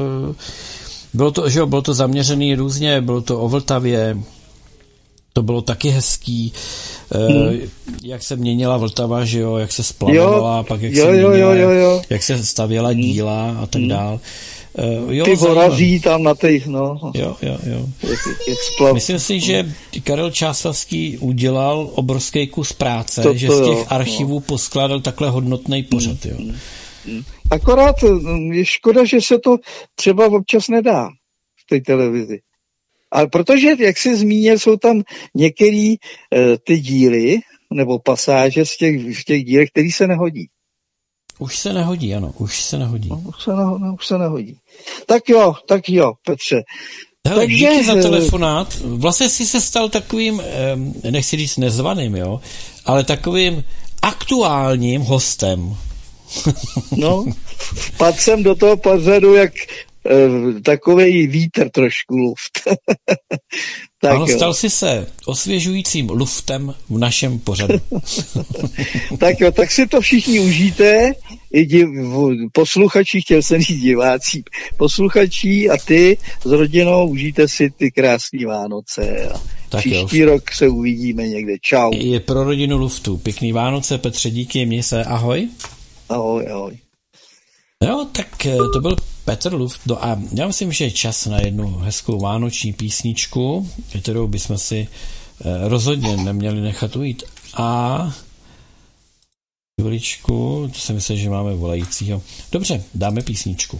Bylo to zaměřený různě, bylo to o Vltavě, to bylo taky hezký, jak se měnila Vltava, že jo, jak se splavovala, pak jak se stavěla díla a tak dál. Ty vorazí tam na těch, no. Jo. Myslím si, že Karel Čáslavský udělal obrovský kus práce, že z těch archivů poskládal takhle hodnotný pořad, jo. Akorát je škoda, že se to třeba občas nedá v té televizi. Ale protože, jak jsi zmínil, jsou tam některé ty díly nebo pasáže v těch dílech, které se nehodí. Už se nehodí, ano, už se nehodí. Už se nehodí. Tak jo, Petře. Hele, díky za telefonát. Vlastně jsi se stal takovým, nechci říct nezvaným, jo, ale takovým aktuálním hostem. No, vpadl jsem do toho pořadu jak takovej vítr trošku luft. Ano, stal jsi se osvěžujícím luftem v našem pořadu. Tak si to všichni užijte, posluchači, chtěl jsem říct diváci, posluchači a ty s rodinou užijte si ty krásné Vánoce a příští rok se uvidíme někde. Čau. Je pro rodinu luftu. Pěkný Vánoce, Petře, díky, měj se, ahoj. Ahoj. No, tak to byl Petr Luft. No a já myslím, že je čas na jednu hezkou vánoční písničku, kterou bychom si rozhodně neměli nechat ujít. A chviličku, to si myslím, že máme volajícího. Dobře, dáme písničku.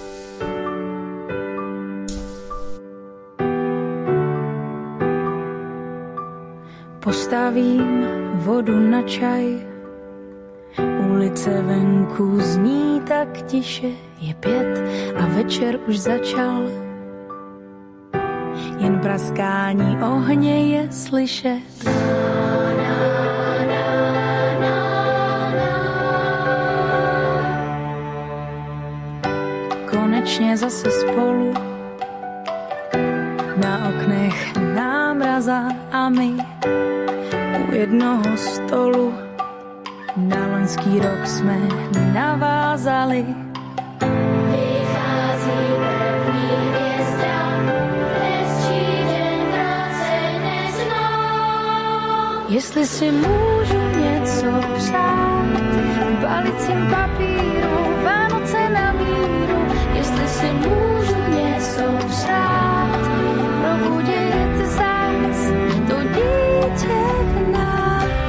Postavím vodu na čaj, ulice venku zní tak tiše, je 5 a večer už začal. Jen praskání ohně je slyšet. Konečně zase spolu, na oknech námraza a my u jednoho stolu. Na loňský rok jsme navázali. Vychází první hvězda, hezčí den v roce neznám. Jestli si můžu něco přát, v balicím papíru, Vánoce na míru. Jestli si můžu něco přát, probudit zás to dítě v nás.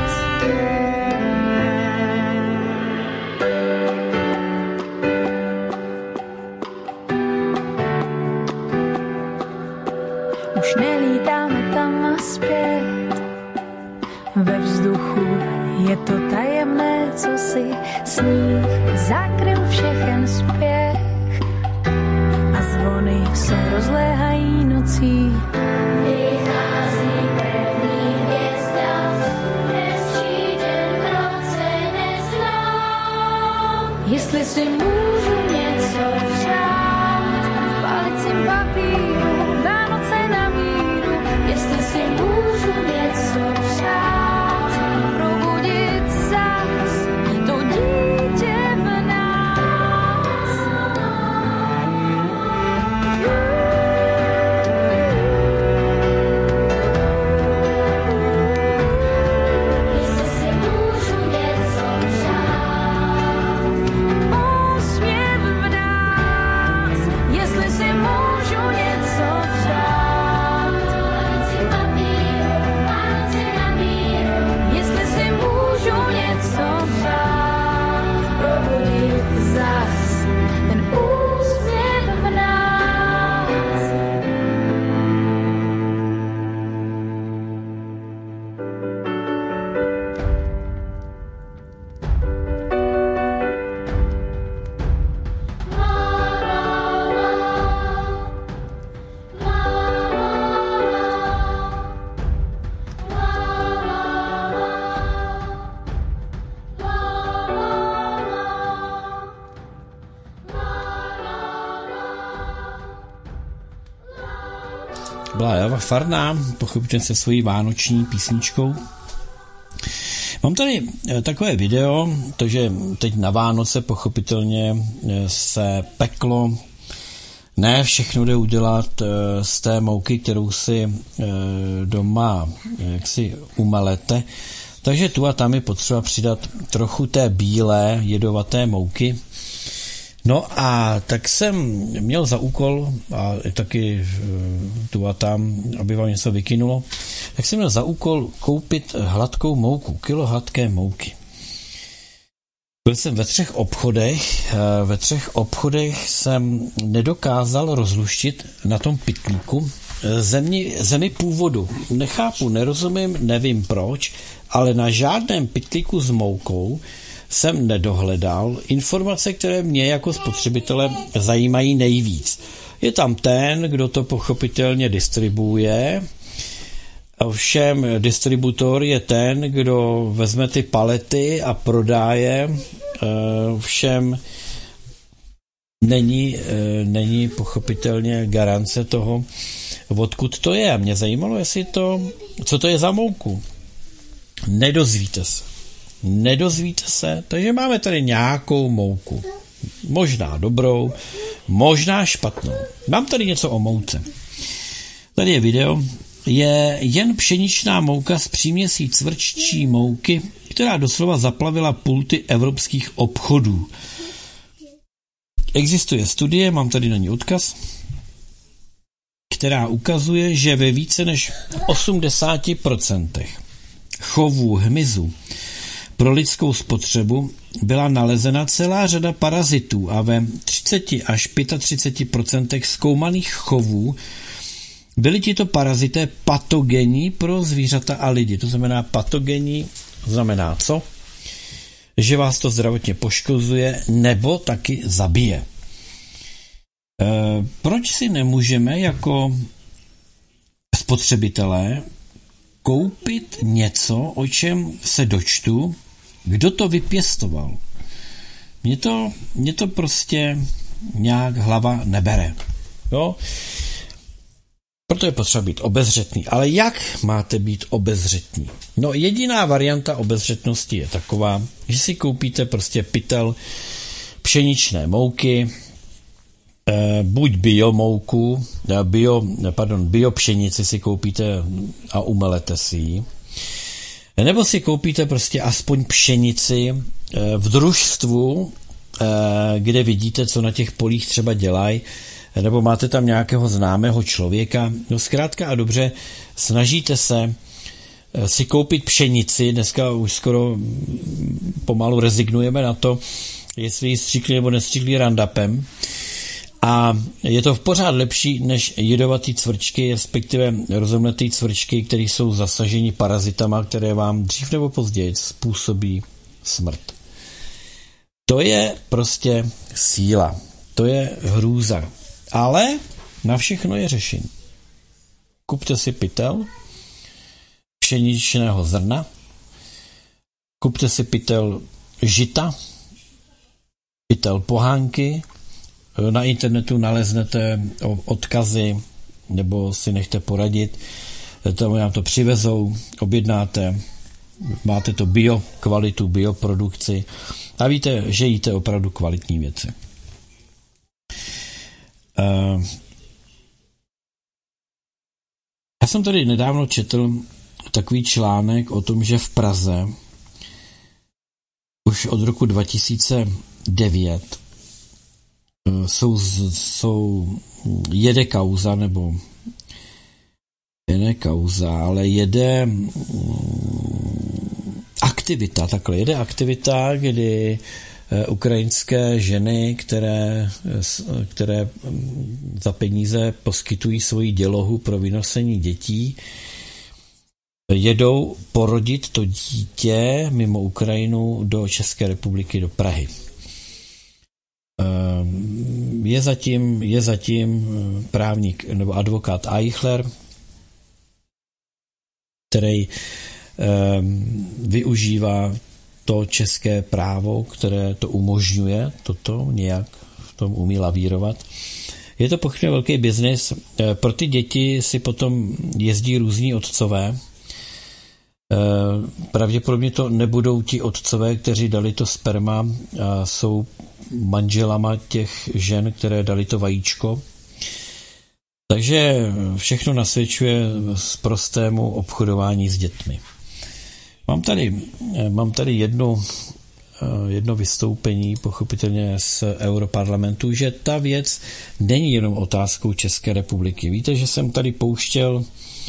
Už nelítáme tam a zpět, ve vzduchu je to tajemné, co si sníh zakryl všechen spěch a zvony se rozléhají nocí. Vychází první hvězda, hezčí den v roce neznám. Jestli si můžu něco přát, v balicím papíru, Vánoce na míru. Jestli si můžu něco přát, probudit zás to dítě v nás. byla Eva Farná, pochopitelně se svojí vánoční písničkou. Mám tady takové video, takže teď na Vánoce pochopitelně se peklo. Ne všechno jde udělat z té mouky, kterou si doma jaksi umelete. Takže tu a tam je potřeba přidat trochu té bílé jedovaté mouky. No a tak jsem měl za úkol, a taky tu a tam, aby vám něco vykynulo, tak jsem měl za úkol koupit hladkou mouku, kilo hladké mouky. Byl jsem ve 3 obchodech, ve 3 obchodech jsem nedokázal rozluštit na tom pytlíku zemi původu. Nechápu, nerozumím, nevím proč, ale na žádném pytlíku s moukou jsem nedohledal informace, které mě jako spotřebitele zajímají nejvíc. Je tam ten, kdo to pochopitelně distribuuje, ovšem distributor je ten, kdo vezme ty palety a prodá je, ovšem není pochopitelně garance toho, odkud to je. Mě zajímalo, co to je za mouku. Nedozvíte se, takže máme tady nějakou mouku. Možná dobrou, možná špatnou. Mám tady něco o mouce. Tady je video. Je jen pšeničná mouka z příměsí cvrččí mouky, která doslova zaplavila pulty evropských obchodů. Existuje studie, mám tady na ní odkaz, která ukazuje, že ve více než 80% chovů hmyzu pro lidskou spotřebu byla nalezena celá řada parazitů a ve 30 až 35% zkoumaných chovů byli tito parazité patogenní pro zvířata a lidi. To znamená patogenní, znamená co? Že vás to zdravotně poškozuje nebo taky zabije. Proč si nemůžeme jako spotřebitelé koupit něco, o čem se dočtu, kdo to vypěstoval? Mně to prostě nějak hlava nebere. Jo? Proto je potřeba být obezřetný. Ale jak máte být obezřetní? No jediná varianta obezřetnosti je taková, že si koupíte prostě pytel pšeničné mouky, buď biomouku, bio pšenici si koupíte a umelete si ji, nebo si koupíte prostě aspoň pšenici v družstvu, kde vidíte, co na těch polích třeba dělají, nebo máte tam nějakého známého člověka. No zkrátka a dobře, snažíte se si koupit pšenici, dneska už skoro pomalu rezignujeme na to, jestli ji stříkli nebo nestříkli Roundupem. A je to v pořád lepší než jedovatý cvrčky, respektive rozumnatý cvrčky, které jsou zasaženi parazitama, které vám dřív nebo později způsobí smrt. To je prostě síla. To je hrůza. Ale na všechno je řešení. Kupte si pytel pšeničného zrna, kupte si pytel žita, pytel pohánky, na internetu naleznete odkazy, nebo si nechte poradit, tam vám to přivezou, objednáte, máte to bio kvalitu, bioprodukci a víte, že jíte opravdu kvalitní věci. Já jsem tady nedávno četl takový článek o tom, že v Praze už od roku 2009 jede kauza, nebo ne kauza, ale jede aktivita, kdy ukrajinské ženy, které za peníze poskytují svoji dělohu pro vynosení dětí, jedou porodit to dítě mimo Ukrajinu do České republiky, do Prahy. Je zatím právník nebo advokát Eichler, který využívá to české právo, které to umožňuje, toto nějak v tom umí lavírovat. Je to pochopitelně velký biznis. Pro ty děti si potom jezdí různí otcové. Pravděpodobně to nebudou ti otcové, kteří dali to sperma, jsou manželama těch žen, které dali to vajíčko. Takže všechno nasvědčuje prostému obchodování s dětmi. Mám tady jedno vystoupení, pochopitelně z Europarlamentu, že ta věc není jenom otázkou České republiky. Víte, že jsem tady pouštěl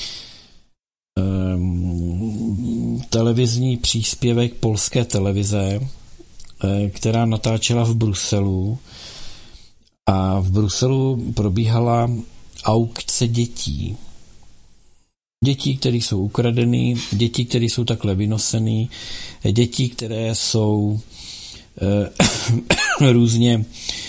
televizní příspěvek polské televize, která natáčela v Bruselu, a v Bruselu probíhala aukce dětí. Dětí, které jsou ukradený, děti, které jsou takhle vynosený, děti, které jsou různě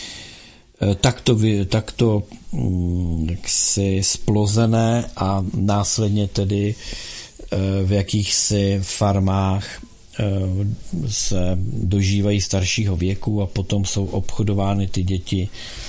takto jaksi splozené a následně tedy v jakýchsi farmách se dožívají staršího věku a potom jsou obchodovány ty děti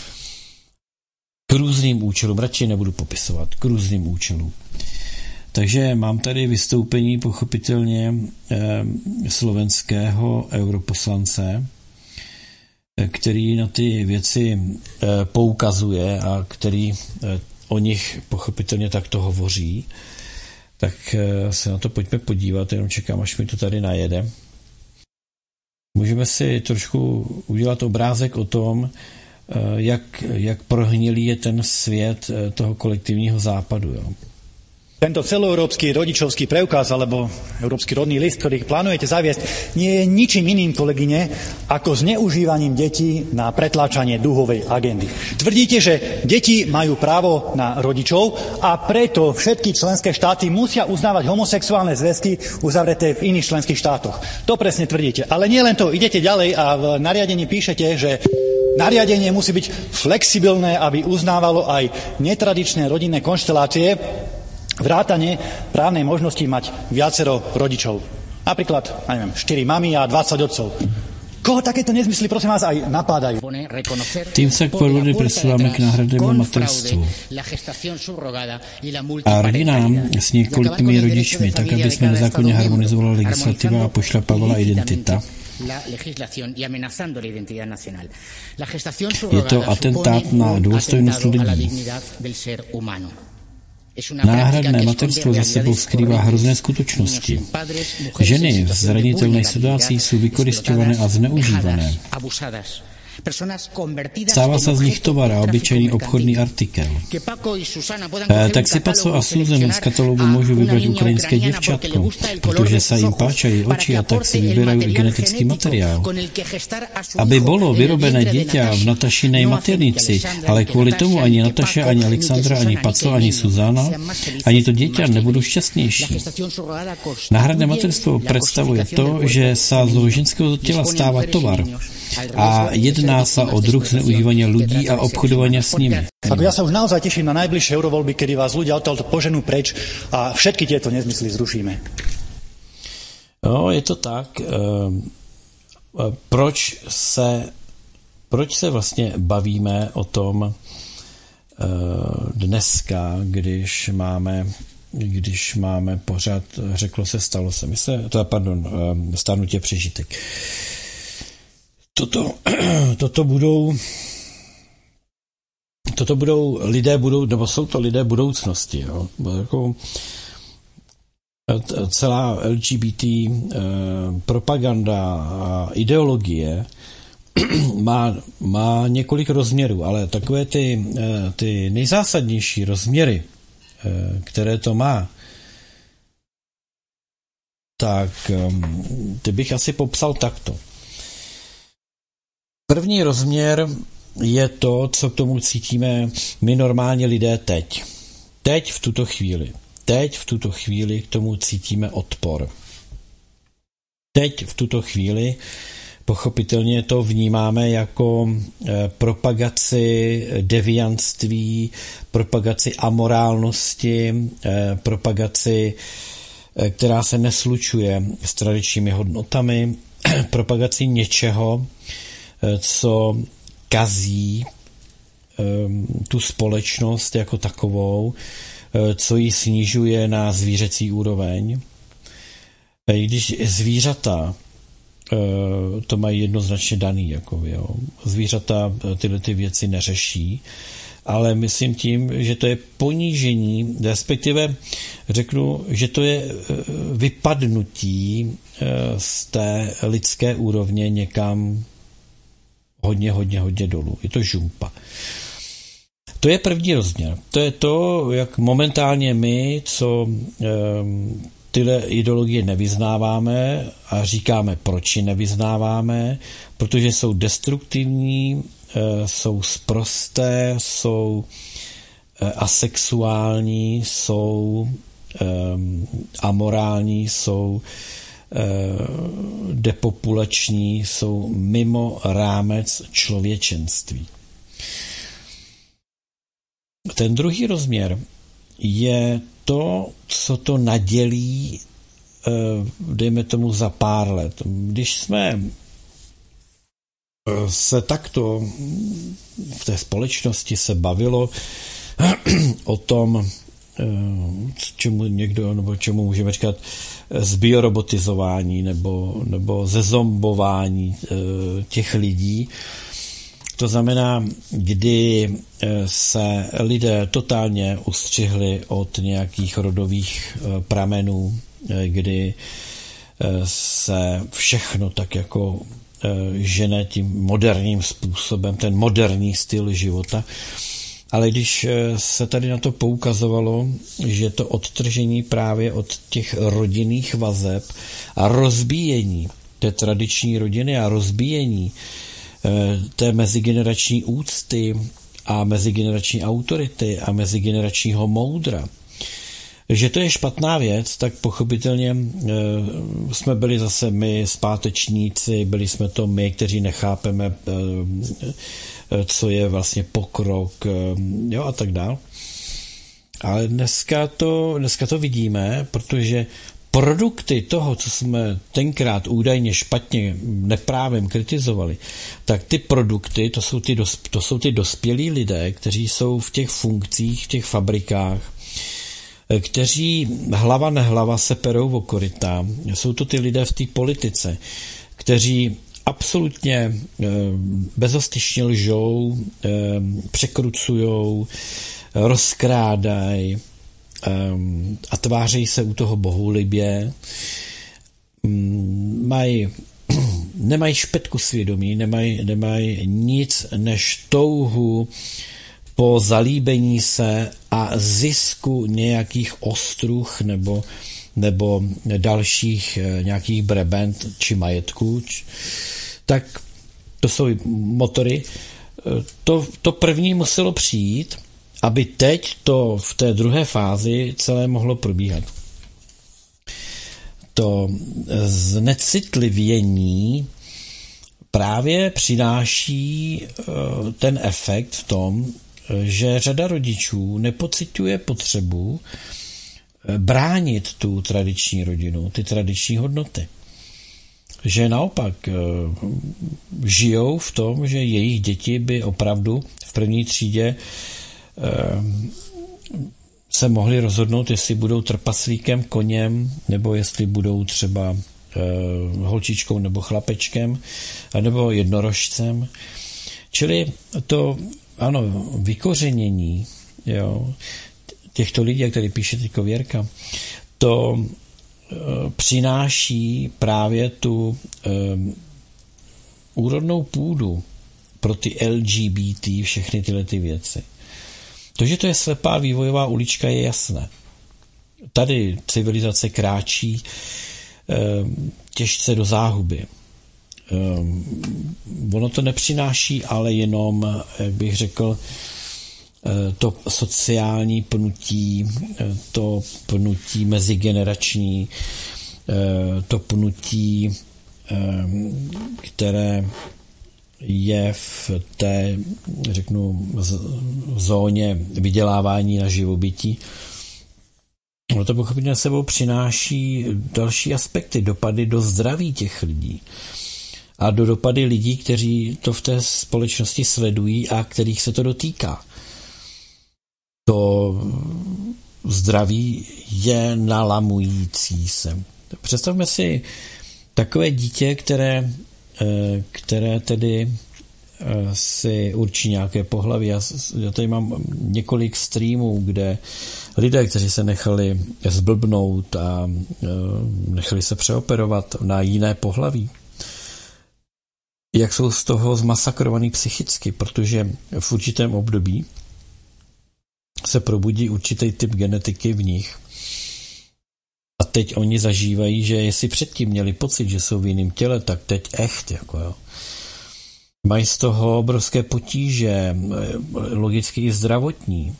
k různým účelům. Radši nebudu popisovat, k různým účelům. Takže mám tady vystoupení pochopitelně slovenského europoslance, který na ty věci poukazuje a který o nich pochopitelně takto hovoří. Tak se na to pojďme podívat, jenom čekám, až mi to tady najede. Můžeme si trošku udělat obrázek o tom, jak prohnilý je ten svět toho kolektivního západu. Jo. Tento celoeurópsky rodičovský preukaz alebo európsky rodný list, ktorý plánujete zaviesť, nie je ničím iným, kolegyne, ako zneužívaním detí na pretláčanie duhovej agendy. Tvrdíte, že deti majú právo na rodičov a preto všetky členské štáty musia uznávať homosexuálne zväzky uzavreté v iných členských štátoch. To presne tvrdíte. Ale nie len to, idete ďalej a v nariadení píšete, že nariadenie musí byť flexibilné, aby uznávalo aj netradičné rodinné konštelácie, vrátane právnej možnosti mať viacero rodičov. Napríklad, 4 mami a 20 otcov. Koho takéto nezmysly, prosím vás, aj napádajú? Tým sa k podvody presúvame k náhradnému materstvu a rodinám s niekoľkými rodičmi, tak aby sme nezákonne harmonizovala legislatíva a pošľapávala identita. Je to atentát na dôstojnosť ľudí. Náhradné materstvo za sebou skrývá hrozné skutočnosti. Ženy v zraniteľnej situácii sú vykorisťované a zneužívané. Stává sa z nich tovar a obyčejný obchodný artikel. Tak si Paco a Susan z katalógu môžu vybrať ukrajinské dievčatko, pretože sa im páčajú oči a tak si vyberajú genetický materiál. Aby bolo vyrobené dieťa v Natašinej maternici, ale kvôli tomu ani Nataša, ani Alexandra, ani Paco, ani Suzana, ani to dieťa nebudú šťastnejší. Náhradné materstvo predstavuje to, že sa zo ženského tela stáva tovar a jedná sa o druh zneužívania ľudí a obchodovania s nimi. Ako ja sa už naozaj teším na najbližšie eurovoľby, kedy vás ľudia odtiaľto poženú preč a všetky tieto nezmysly zrušíme. No, je to tak. Proč se vlastně bavíme o tom dneska, když máme pořád, řeklo se, stalo se. Stárnutí přežitek. Toto budou lidé, nebo jsou to lidé budoucnosti. Jo? Jako celá LGBT propaganda a ideologie má několik rozměrů, ale takové ty nejzásadnější rozměry, které to má, tak ty bych asi popsal takto. První rozměr je to, co k tomu cítíme my normálně lidé teď. Teď v tuto chvíli k tomu cítíme odpor. Teď v tuto chvíli pochopitelně to vnímáme jako propagaci deviantství, propagaci amorálnosti, propagaci, která se neslučuje s tradičními hodnotami, propagaci něčeho, co kazí tu společnost jako takovou, co ji snižuje na zvířecí úroveň. Když zvířata to mají jednoznačně daný, jako, jo. Zvířata tyhle ty věci neřeší, ale myslím tím, že to je ponížení, respektive řeknu, že to je vypadnutí z té lidské úrovně někam hodně dolů. Je to žumpa. To je první rozměr. To je to, jak momentálně my, co tyhle ideologie nevyznáváme a říkáme, proč ji nevyznáváme, protože jsou destruktivní, jsou sprosté, jsou asexuální, jsou amorální, jsou depopulační, jsou mimo rámec člověčenství. Ten druhý rozměr je to, co to nadělí, dejme tomu za pár let. Když jsme se takto v té společnosti se bavilo o tom, čemu někdo, nebo čemu můžeme říkat zbiorobotizování nebo zezombování těch lidí. To znamená, kdy se lidé totálně ustřihli od nějakých rodových pramenů, kdy se všechno tak jako žene tím moderním způsobem, ten moderní styl života. Ale když se tady na to poukazovalo, že to odtržení právě od těch rodinných vazeb a rozbíjení té tradiční rodiny a rozbíjení té mezigenerační úcty a mezigenerační autority a mezigeneračního moudra, že to je špatná věc, tak pochopitelně jsme byli zase my zpátečníci, byli jsme to my, kteří nechápeme, co je vlastně pokrok, jo, a tak dál. Ale dneska to vidíme, protože produkty toho, co jsme tenkrát údajně špatně, neprávem kritizovali, tak ty produkty, to jsou ty dospělí lidé, kteří jsou v těch funkcích, v těch fabrikách, kteří hlava nehlava se perou o koryta. Jsou to ty lidé v té politice, kteří absolutně bezostyšně lžou, překrucujou, rozkrádají a tvářejí se u toho bohulibě. Nemají špetku svědomí, nemají nic než touhu po zalíbení se a zisku nějakých ostruh nebo dalších nějakých brebent či majetků. Tak to jsou motory. To první muselo přijít, aby teď to v té druhé fázi celé mohlo probíhat. To znecitlivění právě přináší ten efekt v tom, že řada rodičů nepociťuje potřebu bránit tu tradiční rodinu, ty tradiční hodnoty. Že naopak žijou v tom, že jejich děti by opravdu v první třídě se mohli rozhodnout, jestli budou trpaslíkem, koněm, nebo jestli budou třeba holčičkou nebo chlapečkem, nebo jednorožcem. Čili to, ano, vykořenění, jo, těchto lidí, jak tady píše teďko Věrka, to přináší právě tu úrodnou půdu pro ty LGBT, všechny tyhle ty věci. To, že to je slepá vývojová ulička, je jasné. Tady civilizace kráčí těžce do záhuby. Ono to nepřináší ale jenom, jak bych řekl, to sociální pnutí, to pnutí mezigenerační, to pnutí, které je v té, řeknu, zóně vydělávání na živobytí. No to pochopitelně sebou přináší další aspekty, dopady do zdraví těch lidí. a do dopady lidí, kteří to v té společnosti sledují a kterých se to dotýká. To zdraví je nalamující se. Představme si takové dítě, které tedy si určí nějaké pohlaví. Já tady mám několik streamů, kde lidé, kteří se nechali zblbnout a nechali se přeoperovat na jiné pohlaví, jak jsou z toho zmasakrovaný psychicky, protože v určitém období se probudí určitý typ genetiky v nich a teď oni zažívají, že jestli předtím měli pocit, že jsou v jiném těle, tak teď jako jo. Mají z toho obrovské potíže, logicky i zdravotní.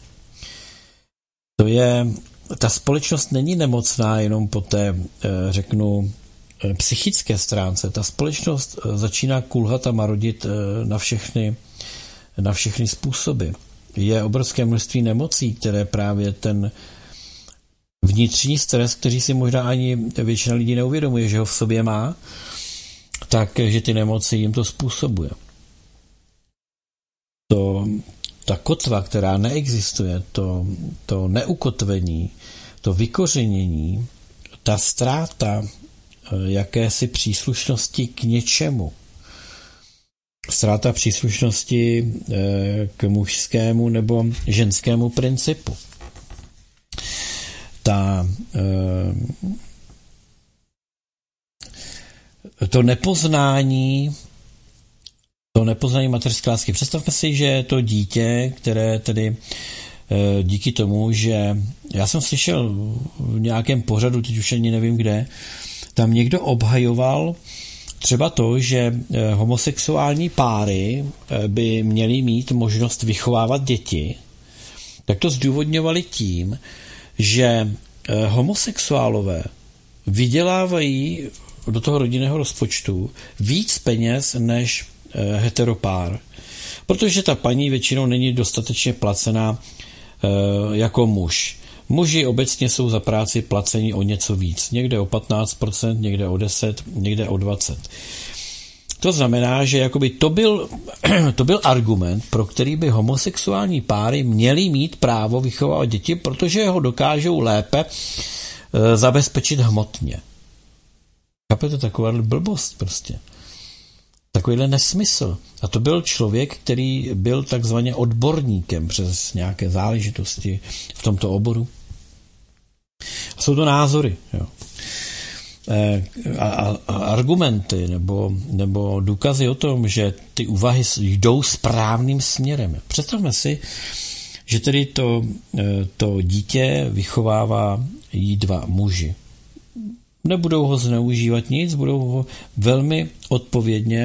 Ta společnost není nemocná jenom po té, řeknu, psychické stránce. Ta společnost začíná kulhat a marodit na všechny způsoby. Je obrovské množství nemocí, které právě ten vnitřní stres, který si možná ani většina lidí neuvědomuje, že ho v sobě má, takže ty nemoci jim to způsobuje. Ta kotva, která neexistuje, to neukotvení, to vykořenění, ta ztráta jakési příslušnosti k něčemu, ztráta příslušnosti k mužskému nebo ženskému principu. To nepoznání mateřské lásky. Představme si, že to dítě, které tedy díky tomu, že já jsem slyšel v nějakém pořadu, teď už ani nevím kde, tam někdo obhajoval třeba to, že homosexuální páry by měly mít možnost vychovávat děti, tak to zdůvodňovali tím, že homosexuálové vydělávají do toho rodinného rozpočtu víc peněz než heteropár, protože ta paní většinou není dostatečně placená jako muž. Muži obecně jsou za práci placení o něco víc, někde o 15%, někde o 10%, někde o 20%. To znamená, že jakoby to byl argument, pro který by homosexuální páry měly mít právo vychovávat děti, protože ho dokážou lépe zabezpečit hmotně. Chápete, taková blbost prostě. Takovýhle nesmysl. A to byl člověk, který byl takzvaně odborníkem přes nějaké záležitosti v tomto oboru. A jsou to názory. Jo. A argumenty nebo důkazy o tom, že ty úvahy jdou správným směrem. Představme si, že tedy to dítě vychovává jí dva muži. Nebudou ho zneužívat nic, budou ho velmi odpovědně,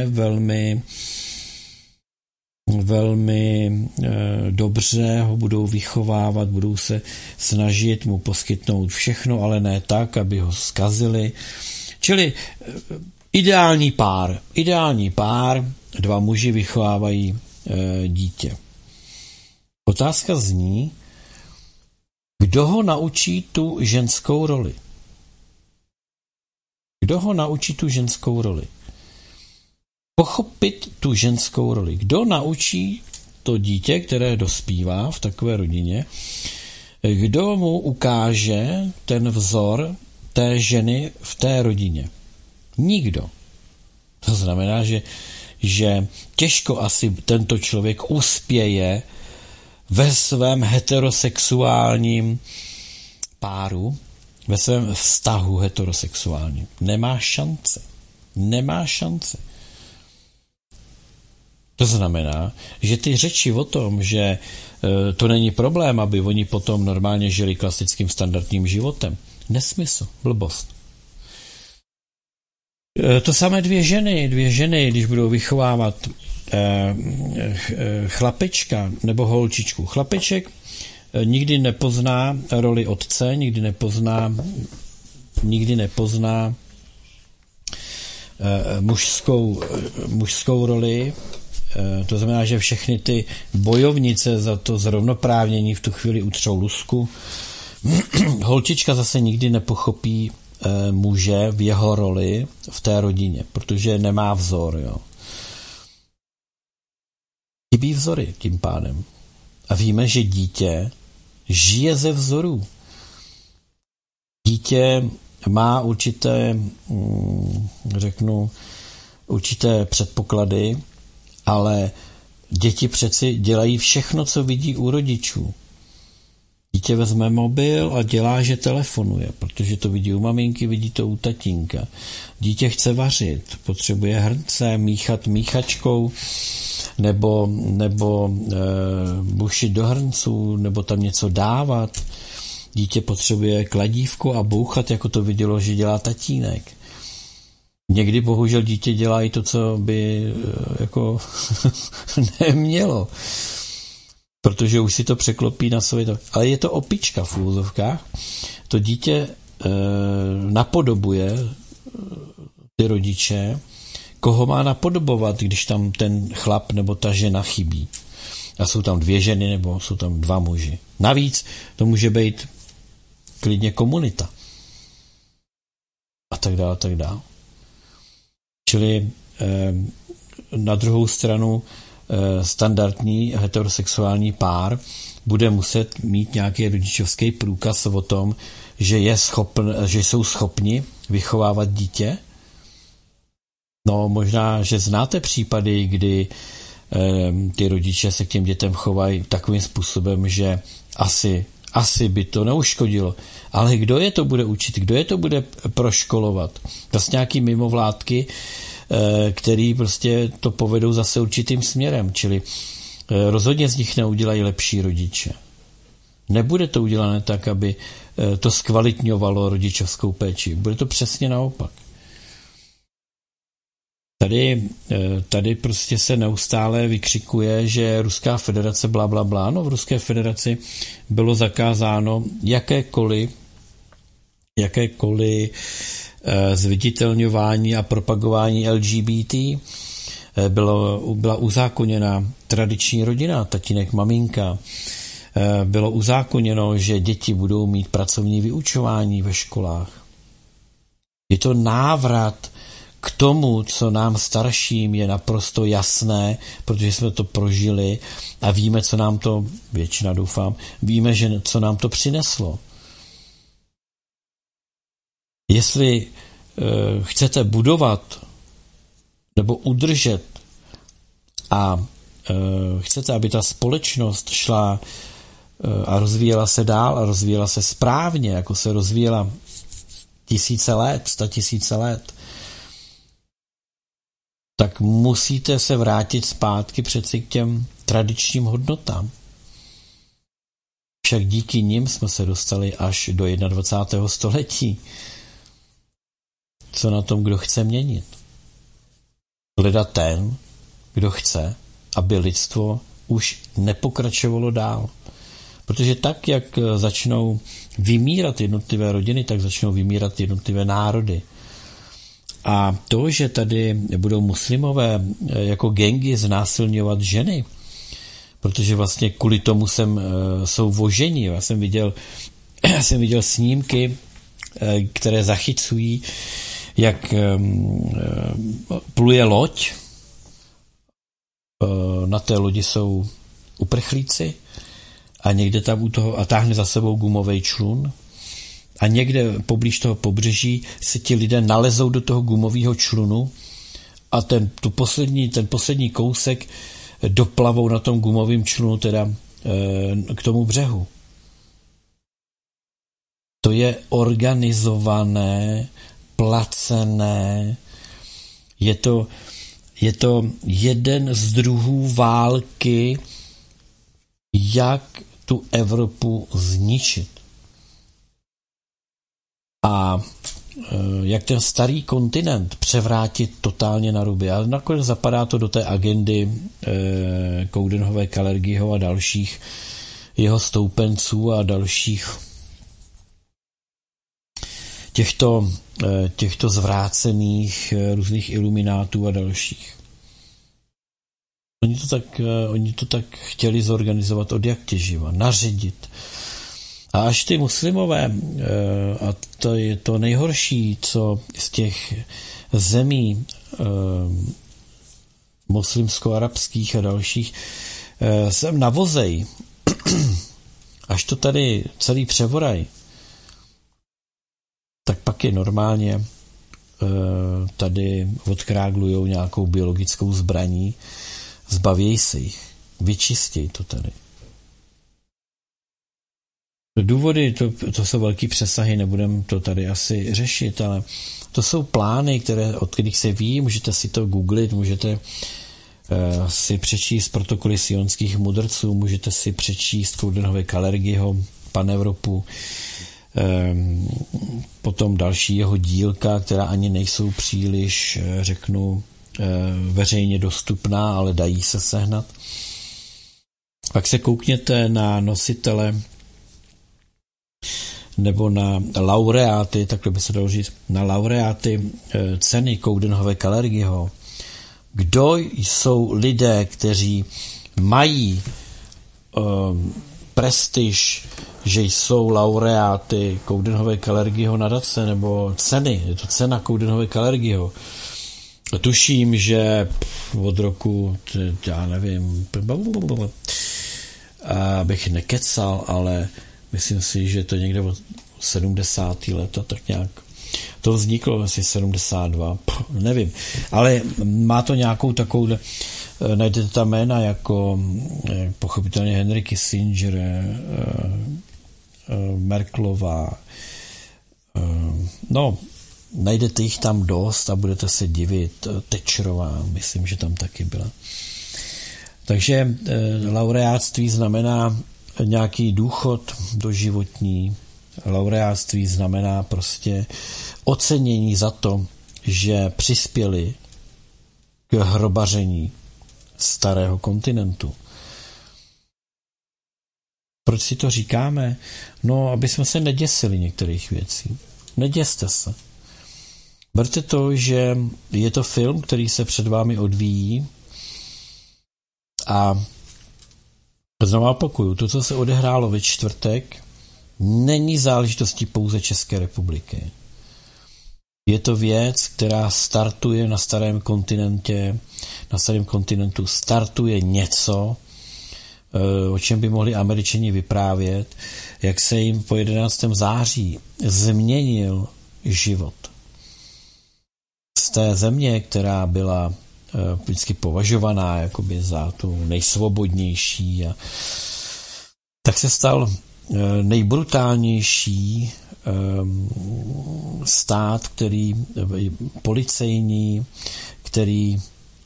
velmi dobře ho budou vychovávat, budou se snažit mu poskytnout všechno, ale ne tak, aby ho zkazili. Čili ideální pár, dva muži vychovávají dítě. Otázka zní, kdo ho naučí tu ženskou roli? Kdo ho naučí tu ženskou roli? Pochopit tu ženskou roli. Kdo naučí to dítě, které dospívá v takové rodině, kdo mu ukáže ten vzor té ženy v té rodině? Nikdo. To znamená, že těžko asi tento člověk uspěje ve svém heterosexuálním páru, ve svém vztahu heterosexuálním. Nemá šance. To znamená, že ty řeči o tom, že to není problém, aby oni potom normálně žili klasickým standardním životem. Nesmysl, blbost. To samé dvě ženy, když budou vychovávat chlapečka nebo holčičku. Chlapeček nikdy nepozná roli otce, nikdy nepozná mužskou roli. To znamená, že všechny ty bojovnice za to zrovnoprávnění v tu chvíli utřou lusku. Holčička zase nikdy nepochopí muže v jeho roli v té rodině, protože nemá vzor. Jo. Chybí vzory tím pádem. A víme, že dítě žije ze vzorů. Dítě má určité předpoklady, ale děti přeci dělají všechno, co vidí u rodičů. Dítě vezme mobil a dělá, že telefonuje, protože to vidí u maminky, vidí to u tatínka. Dítě chce vařit, potřebuje hrnce, míchat míchačkou, nebo bušit do hrnců, nebo tam něco dávat. Dítě potřebuje kladívko a bouchat, jako to vidělo, že dělá tatínek. Někdy bohužel dítě dělá i to, co by jako nemělo. Protože už si to překlopí na své... Ale je to opička v úvozovkách. To dítě napodobuje ty rodiče, koho má napodobovat, když tam ten chlap nebo ta žena chybí. A jsou tam 2 ženy nebo jsou tam 2 muži. Navíc to může být klidně komunita. A tak dále, tak dále. Čili na druhou stranu standardní heterosexuální pár bude muset mít nějaký rodičovský průkaz o tom, že jsou schopni vychovávat dítě. No možná, že znáte případy, kdy ty rodiče se k těm dětem chovají takovým způsobem, že asi by to neuškodilo. Ale kdo je to bude učit? Kdo je to bude proškolovat? Zase nějaký mimovládky, který prostě to povedou zase určitým směrem. Čili rozhodně z nich neudělají lepší rodiče. Nebude to udělané tak, aby to zkvalitňovalo rodičovskou péči. Bude to přesně naopak. Tady prostě se neustále vykřikuje, že Ruská federace blablabla. No v Ruské federaci bylo zakázáno jakékoliv zviditelňování a propagování LGBT. Byla uzákoněna tradiční rodina, tatínek, maminka. Bylo uzákoněno, že děti budou mít pracovní vyučování ve školách. Je to návrat k tomu, co nám starším je naprosto jasné, protože jsme to prožili a víme, co nám to, většina doufám, víme, že co nám to přineslo. Jestli chcete budovat nebo udržet a chcete, aby ta společnost šla a rozvíjela se dál a rozvíjela se správně, jako se rozvíjela 1000 let, 100 000 let, tak musíte se vrátit zpátky přeci k těm tradičním hodnotám. Však díky nim jsme se dostali až do 21. století. Co na tom, kdo chce měnit? Hledat ten, kdo chce, aby lidstvo už nepokračovalo dál. Protože tak, jak začnou vymírat jednotlivé rodiny, tak začnou vymírat jednotlivé národy. A to, že tady budou muslimové jako gangy znásilňovat ženy, protože vlastně kvůli tomu jsou voženi. Já jsem viděl snímky, které zachycují, jak pluje loď. Na té lodi jsou uprchlíci a někde tam u toho a táhne za sebou gumový člun. A někde poblíž toho pobřeží si ti lidé nalezou do toho gumového člunu a ten poslední kousek doplavou na tom gumovém člunu teda k tomu břehu. To je organizované, placené, je to jeden z druhů války, jak tu Evropu zničit. A jak ten starý kontinent převrátit totálně na ruby. A nakonec zapadá to do té agendy Coudenhove, Kalergiho a dalších jeho stoupenců a dalších těchto zvrácených různých iluminátů a dalších. Oni to tak chtěli zorganizovat od jak těživa, naředit A až ty muslimové, a to je to nejhorší, co z těch zemí muslimsko-arabských a dalších sem navozej, až to tady celý převoraj, tak pak je normálně tady odkráglujou nějakou biologickou zbraní, zbavěj se jich, vyčistěj to tady. Důvody, to jsou velký přesahy, nebudem to tady asi řešit, ale to jsou plány, od kterých se ví, můžete si to googlit, můžete si přečíst protokoly sionských mudrců, můžete si přečíst Coudenhove Kalergiho, Panevropu, potom další jeho dílka, která ani nejsou příliš, řeknu, veřejně dostupná, ale dají se sehnat. Pak se koukněte na nositele nebo na laureáty, takhle by se dalo říct, na laureáty ceny Coudenhove Kalergiho. Kdo jsou lidé, kteří mají prestiž, že jsou laureáty Coudenhove Kalergiho nadace nebo ceny, je to cena Coudenhove Kalergiho. Tuším, že od roku, já nevím, abych nekecal, ale myslím si, že to někde od 70. leta, tak nějak. To vzniklo asi 72, nevím. Ale má to nějakou takovou, najdete tam jména jako pochopitelně Henry Kissinger, Merkelová. No, najdete jich tam dost a budete se divit. Thatcherová, myslím, že tam taky byla. Takže laureátství znamená nějaký důchod doživotní. Laureátství znamená prostě ocenění za to, že přispěli k hrobaření starého kontinentu. Proč si to říkáme? No, aby jsme se neděsili některých věcí. Neděste se. Berte to, že je to film, který se před vámi odvíjí a znovu opakuju, to, co se odehrálo ve čtvrtek, není záležitostí pouze České republiky. Je to věc, která startuje na starém kontinentu startuje něco, o čem by mohli Američani vyprávět, jak se jim po 11. září změnil život. Z té země, která byla vždycky považovaná jakoby za tu nejsvobodnější, tak se stal nejbrutálnější stát, který policejní, který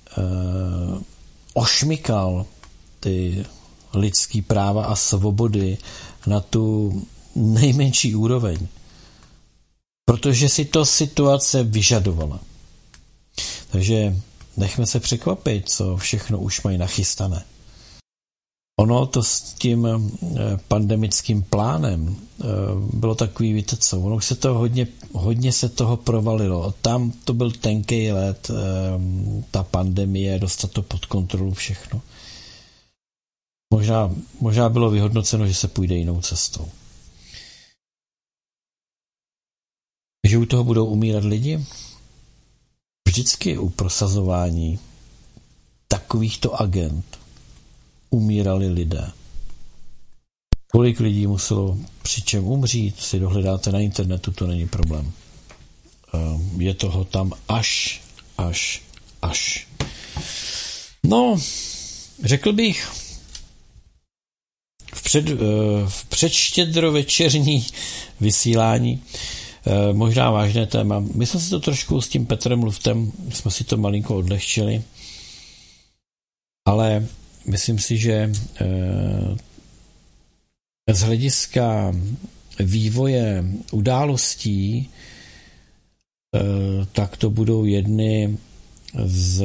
ošmykal ty lidský práva a svobody na tu nejmenší úroveň. Protože si to situace vyžadovala. Takže nechme se překvapit, co všechno už mají nachystané. Ono to s tím pandemickým plánem bylo takový, víte co, ono se to hodně se toho provalilo. Tam to byl tenkej let, ta pandemie, dostat to pod kontrolu všechno. Možná bylo vyhodnoceno, že se půjde jinou cestou. Že u toho budou umírat lidi? Vždycky u prosazování takovýchto agent umírali lidé. Kolik lidí muselo přičem umřít, si dohledáte na internetu, to není problém. Je toho tam až. No, řekl bych, v předštědrovečerní vysílání možná vážné téma. My jsme si to trošku s tím Petrem Luftem, jsme si to malinko odlehčili, ale myslím si, že z hlediska vývoje událostí tak to budou jedny z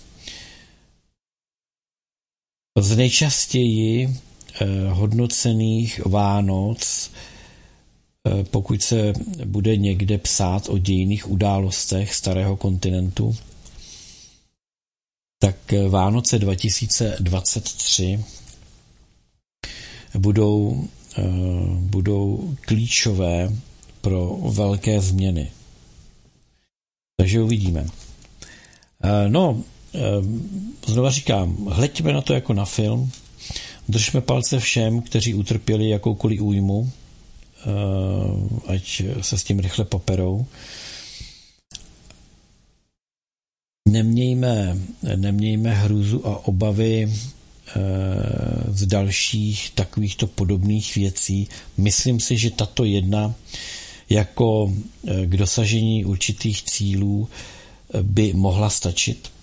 nejčastěji hodnocených Vánoc, pokud se bude někde psát o dějinných událostech starého kontinentu, tak Vánoce 2023 budou budou klíčové pro velké změny. Takže uvidíme. Znova říkám, hleďme na to jako na film, držme palce všem, kteří utrpěli jakoukoliv újmu, ať se s tím rychle poperou. Nemějme hrůzu a obavy z dalších takovýchto podobných věcí. Myslím si, že tato jedna jako k dosažení určitých cílů by mohla stačit,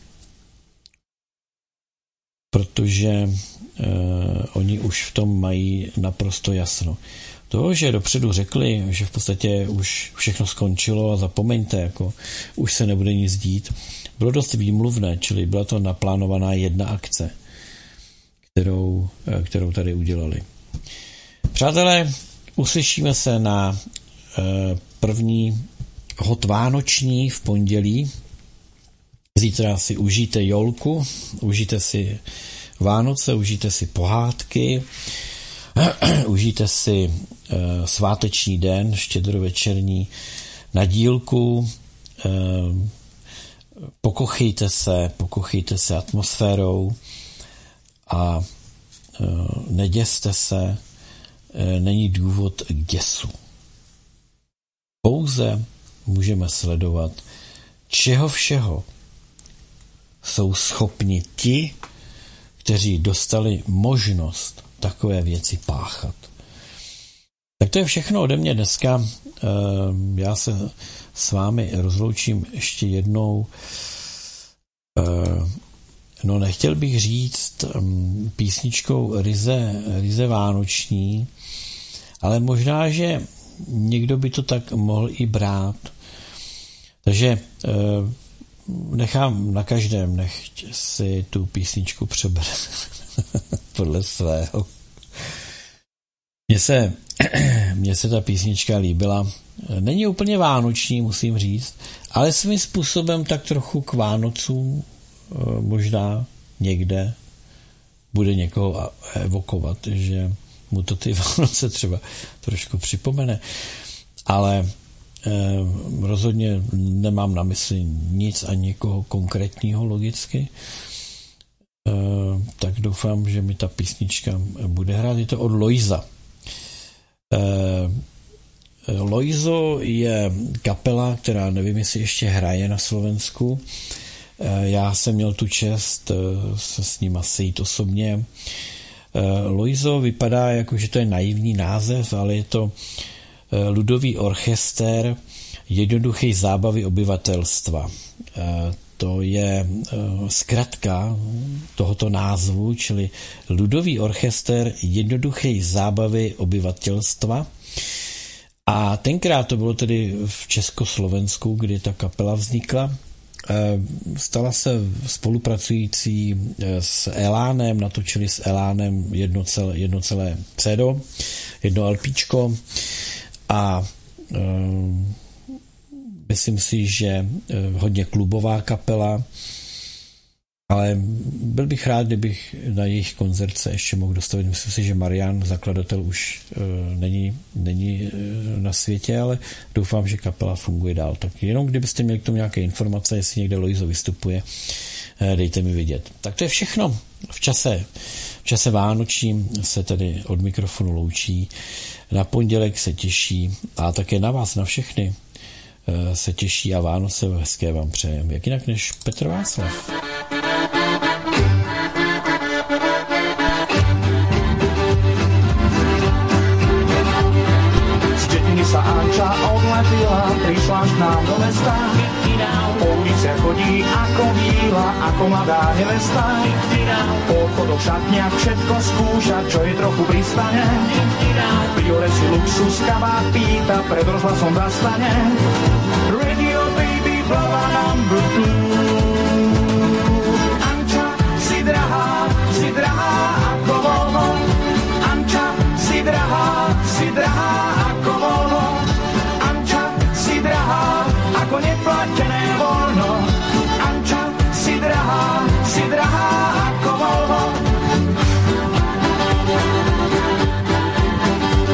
protože oni už v tom mají naprosto jasno. To, že dopředu řekli, že v podstatě už všechno skončilo a zapomeňte, jako už se nebude nic dít, bylo dost výmluvné, čili byla to naplánovaná jedna akce, kterou tady udělali. Přátelé, uslyšíme se na první hod vánoční v pondělí. Zítra si užijte jolku, užijte si Vánoce, užijte si pohádky, užijte si sváteční den, štědrovečerní na dílku, pokochejte se atmosférou a neděste se, není důvod k děsu. Pouze můžeme sledovat, čeho všeho jsou schopni ti, kteří dostali možnost takové věci páchat. Tak to je všechno ode mě dneska. Já se s vámi rozloučím ještě jednou. Nechtěl bych říct písničkou ryze vánoční, ale možná, že někdo by to tak mohl i brát. Takže nechám na každém, nechť si tu písničku přebere podle svého. Mně se ta písnička líbila. Není úplně vánoční, musím říct, ale svým způsobem tak trochu k Vánocům možná někde bude někoho evokovat, že mu to ty Vánoce třeba trošku připomene. Ale rozhodně nemám na mysli nic a někoho konkrétního logicky. Tak doufám, že mi ta písnička bude hrát. Je to od Loiza. Loizo je kapela, která nevím, jestli ještě hraje na Slovensku. Já jsem měl tu čest se s nima sejít osobně. Loizo vypadá jako, že to je naivní název, ale je to ludový orchester jednoduché zábavy obyvatelstva. To je zkratka tohoto názvu, čili ludový orchester jednoduché zábavy obyvatelstva. A tenkrát to bylo tedy v Československu, kdy ta kapela vznikla. Stala se spolupracující s Elánem, natočili s Elánem jedno celé CD, jedno LPčko a myslím si, že hodně klubová kapela, ale byl bych rád, kdybych na jejich koncert se ještě mohl dostavit. Myslím si, že Marian, zakladatel, už není na světě, ale doufám, že kapela funguje dál. Tak jenom kdybyste měli k tomu nějaké informace, jestli někde Loizo vystupuje, dejte mi vědět. Tak to je všechno. V čase vánočním se tedy od mikrofonu loučí. Na pondělek se těší a také na vás, na všechny se těší a Vánoce hezké vám přejem. Jak jinak než Petr Václav. Sa Anča odletila, prišla k nám do mesta. Po uliciach chodí ako víla, ako mladá nevesta. Po obchodoch, šatniach všetko skúša, čo je trochu pristane. V priore si luxus kabát pýta, pred rozhlasom zastane. Radio baby, blava number 2. Anča, si drahá ako voľno. Anča, si drahá ako voľno. Anča, si drahá ako neplatené voľno. Anča, si drahá ako voľno.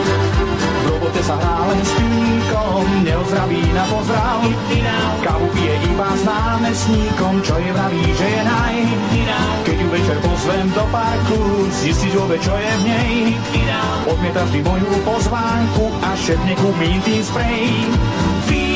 pozdrav. Kávu pije iba s námestníkom, čo je vraví, že je naj. Keď ju večer pozvem do parku, zistiť vôbec, čo je v nej. Odmietaš vždy moju pozvánku a šepne ku mýty sprej.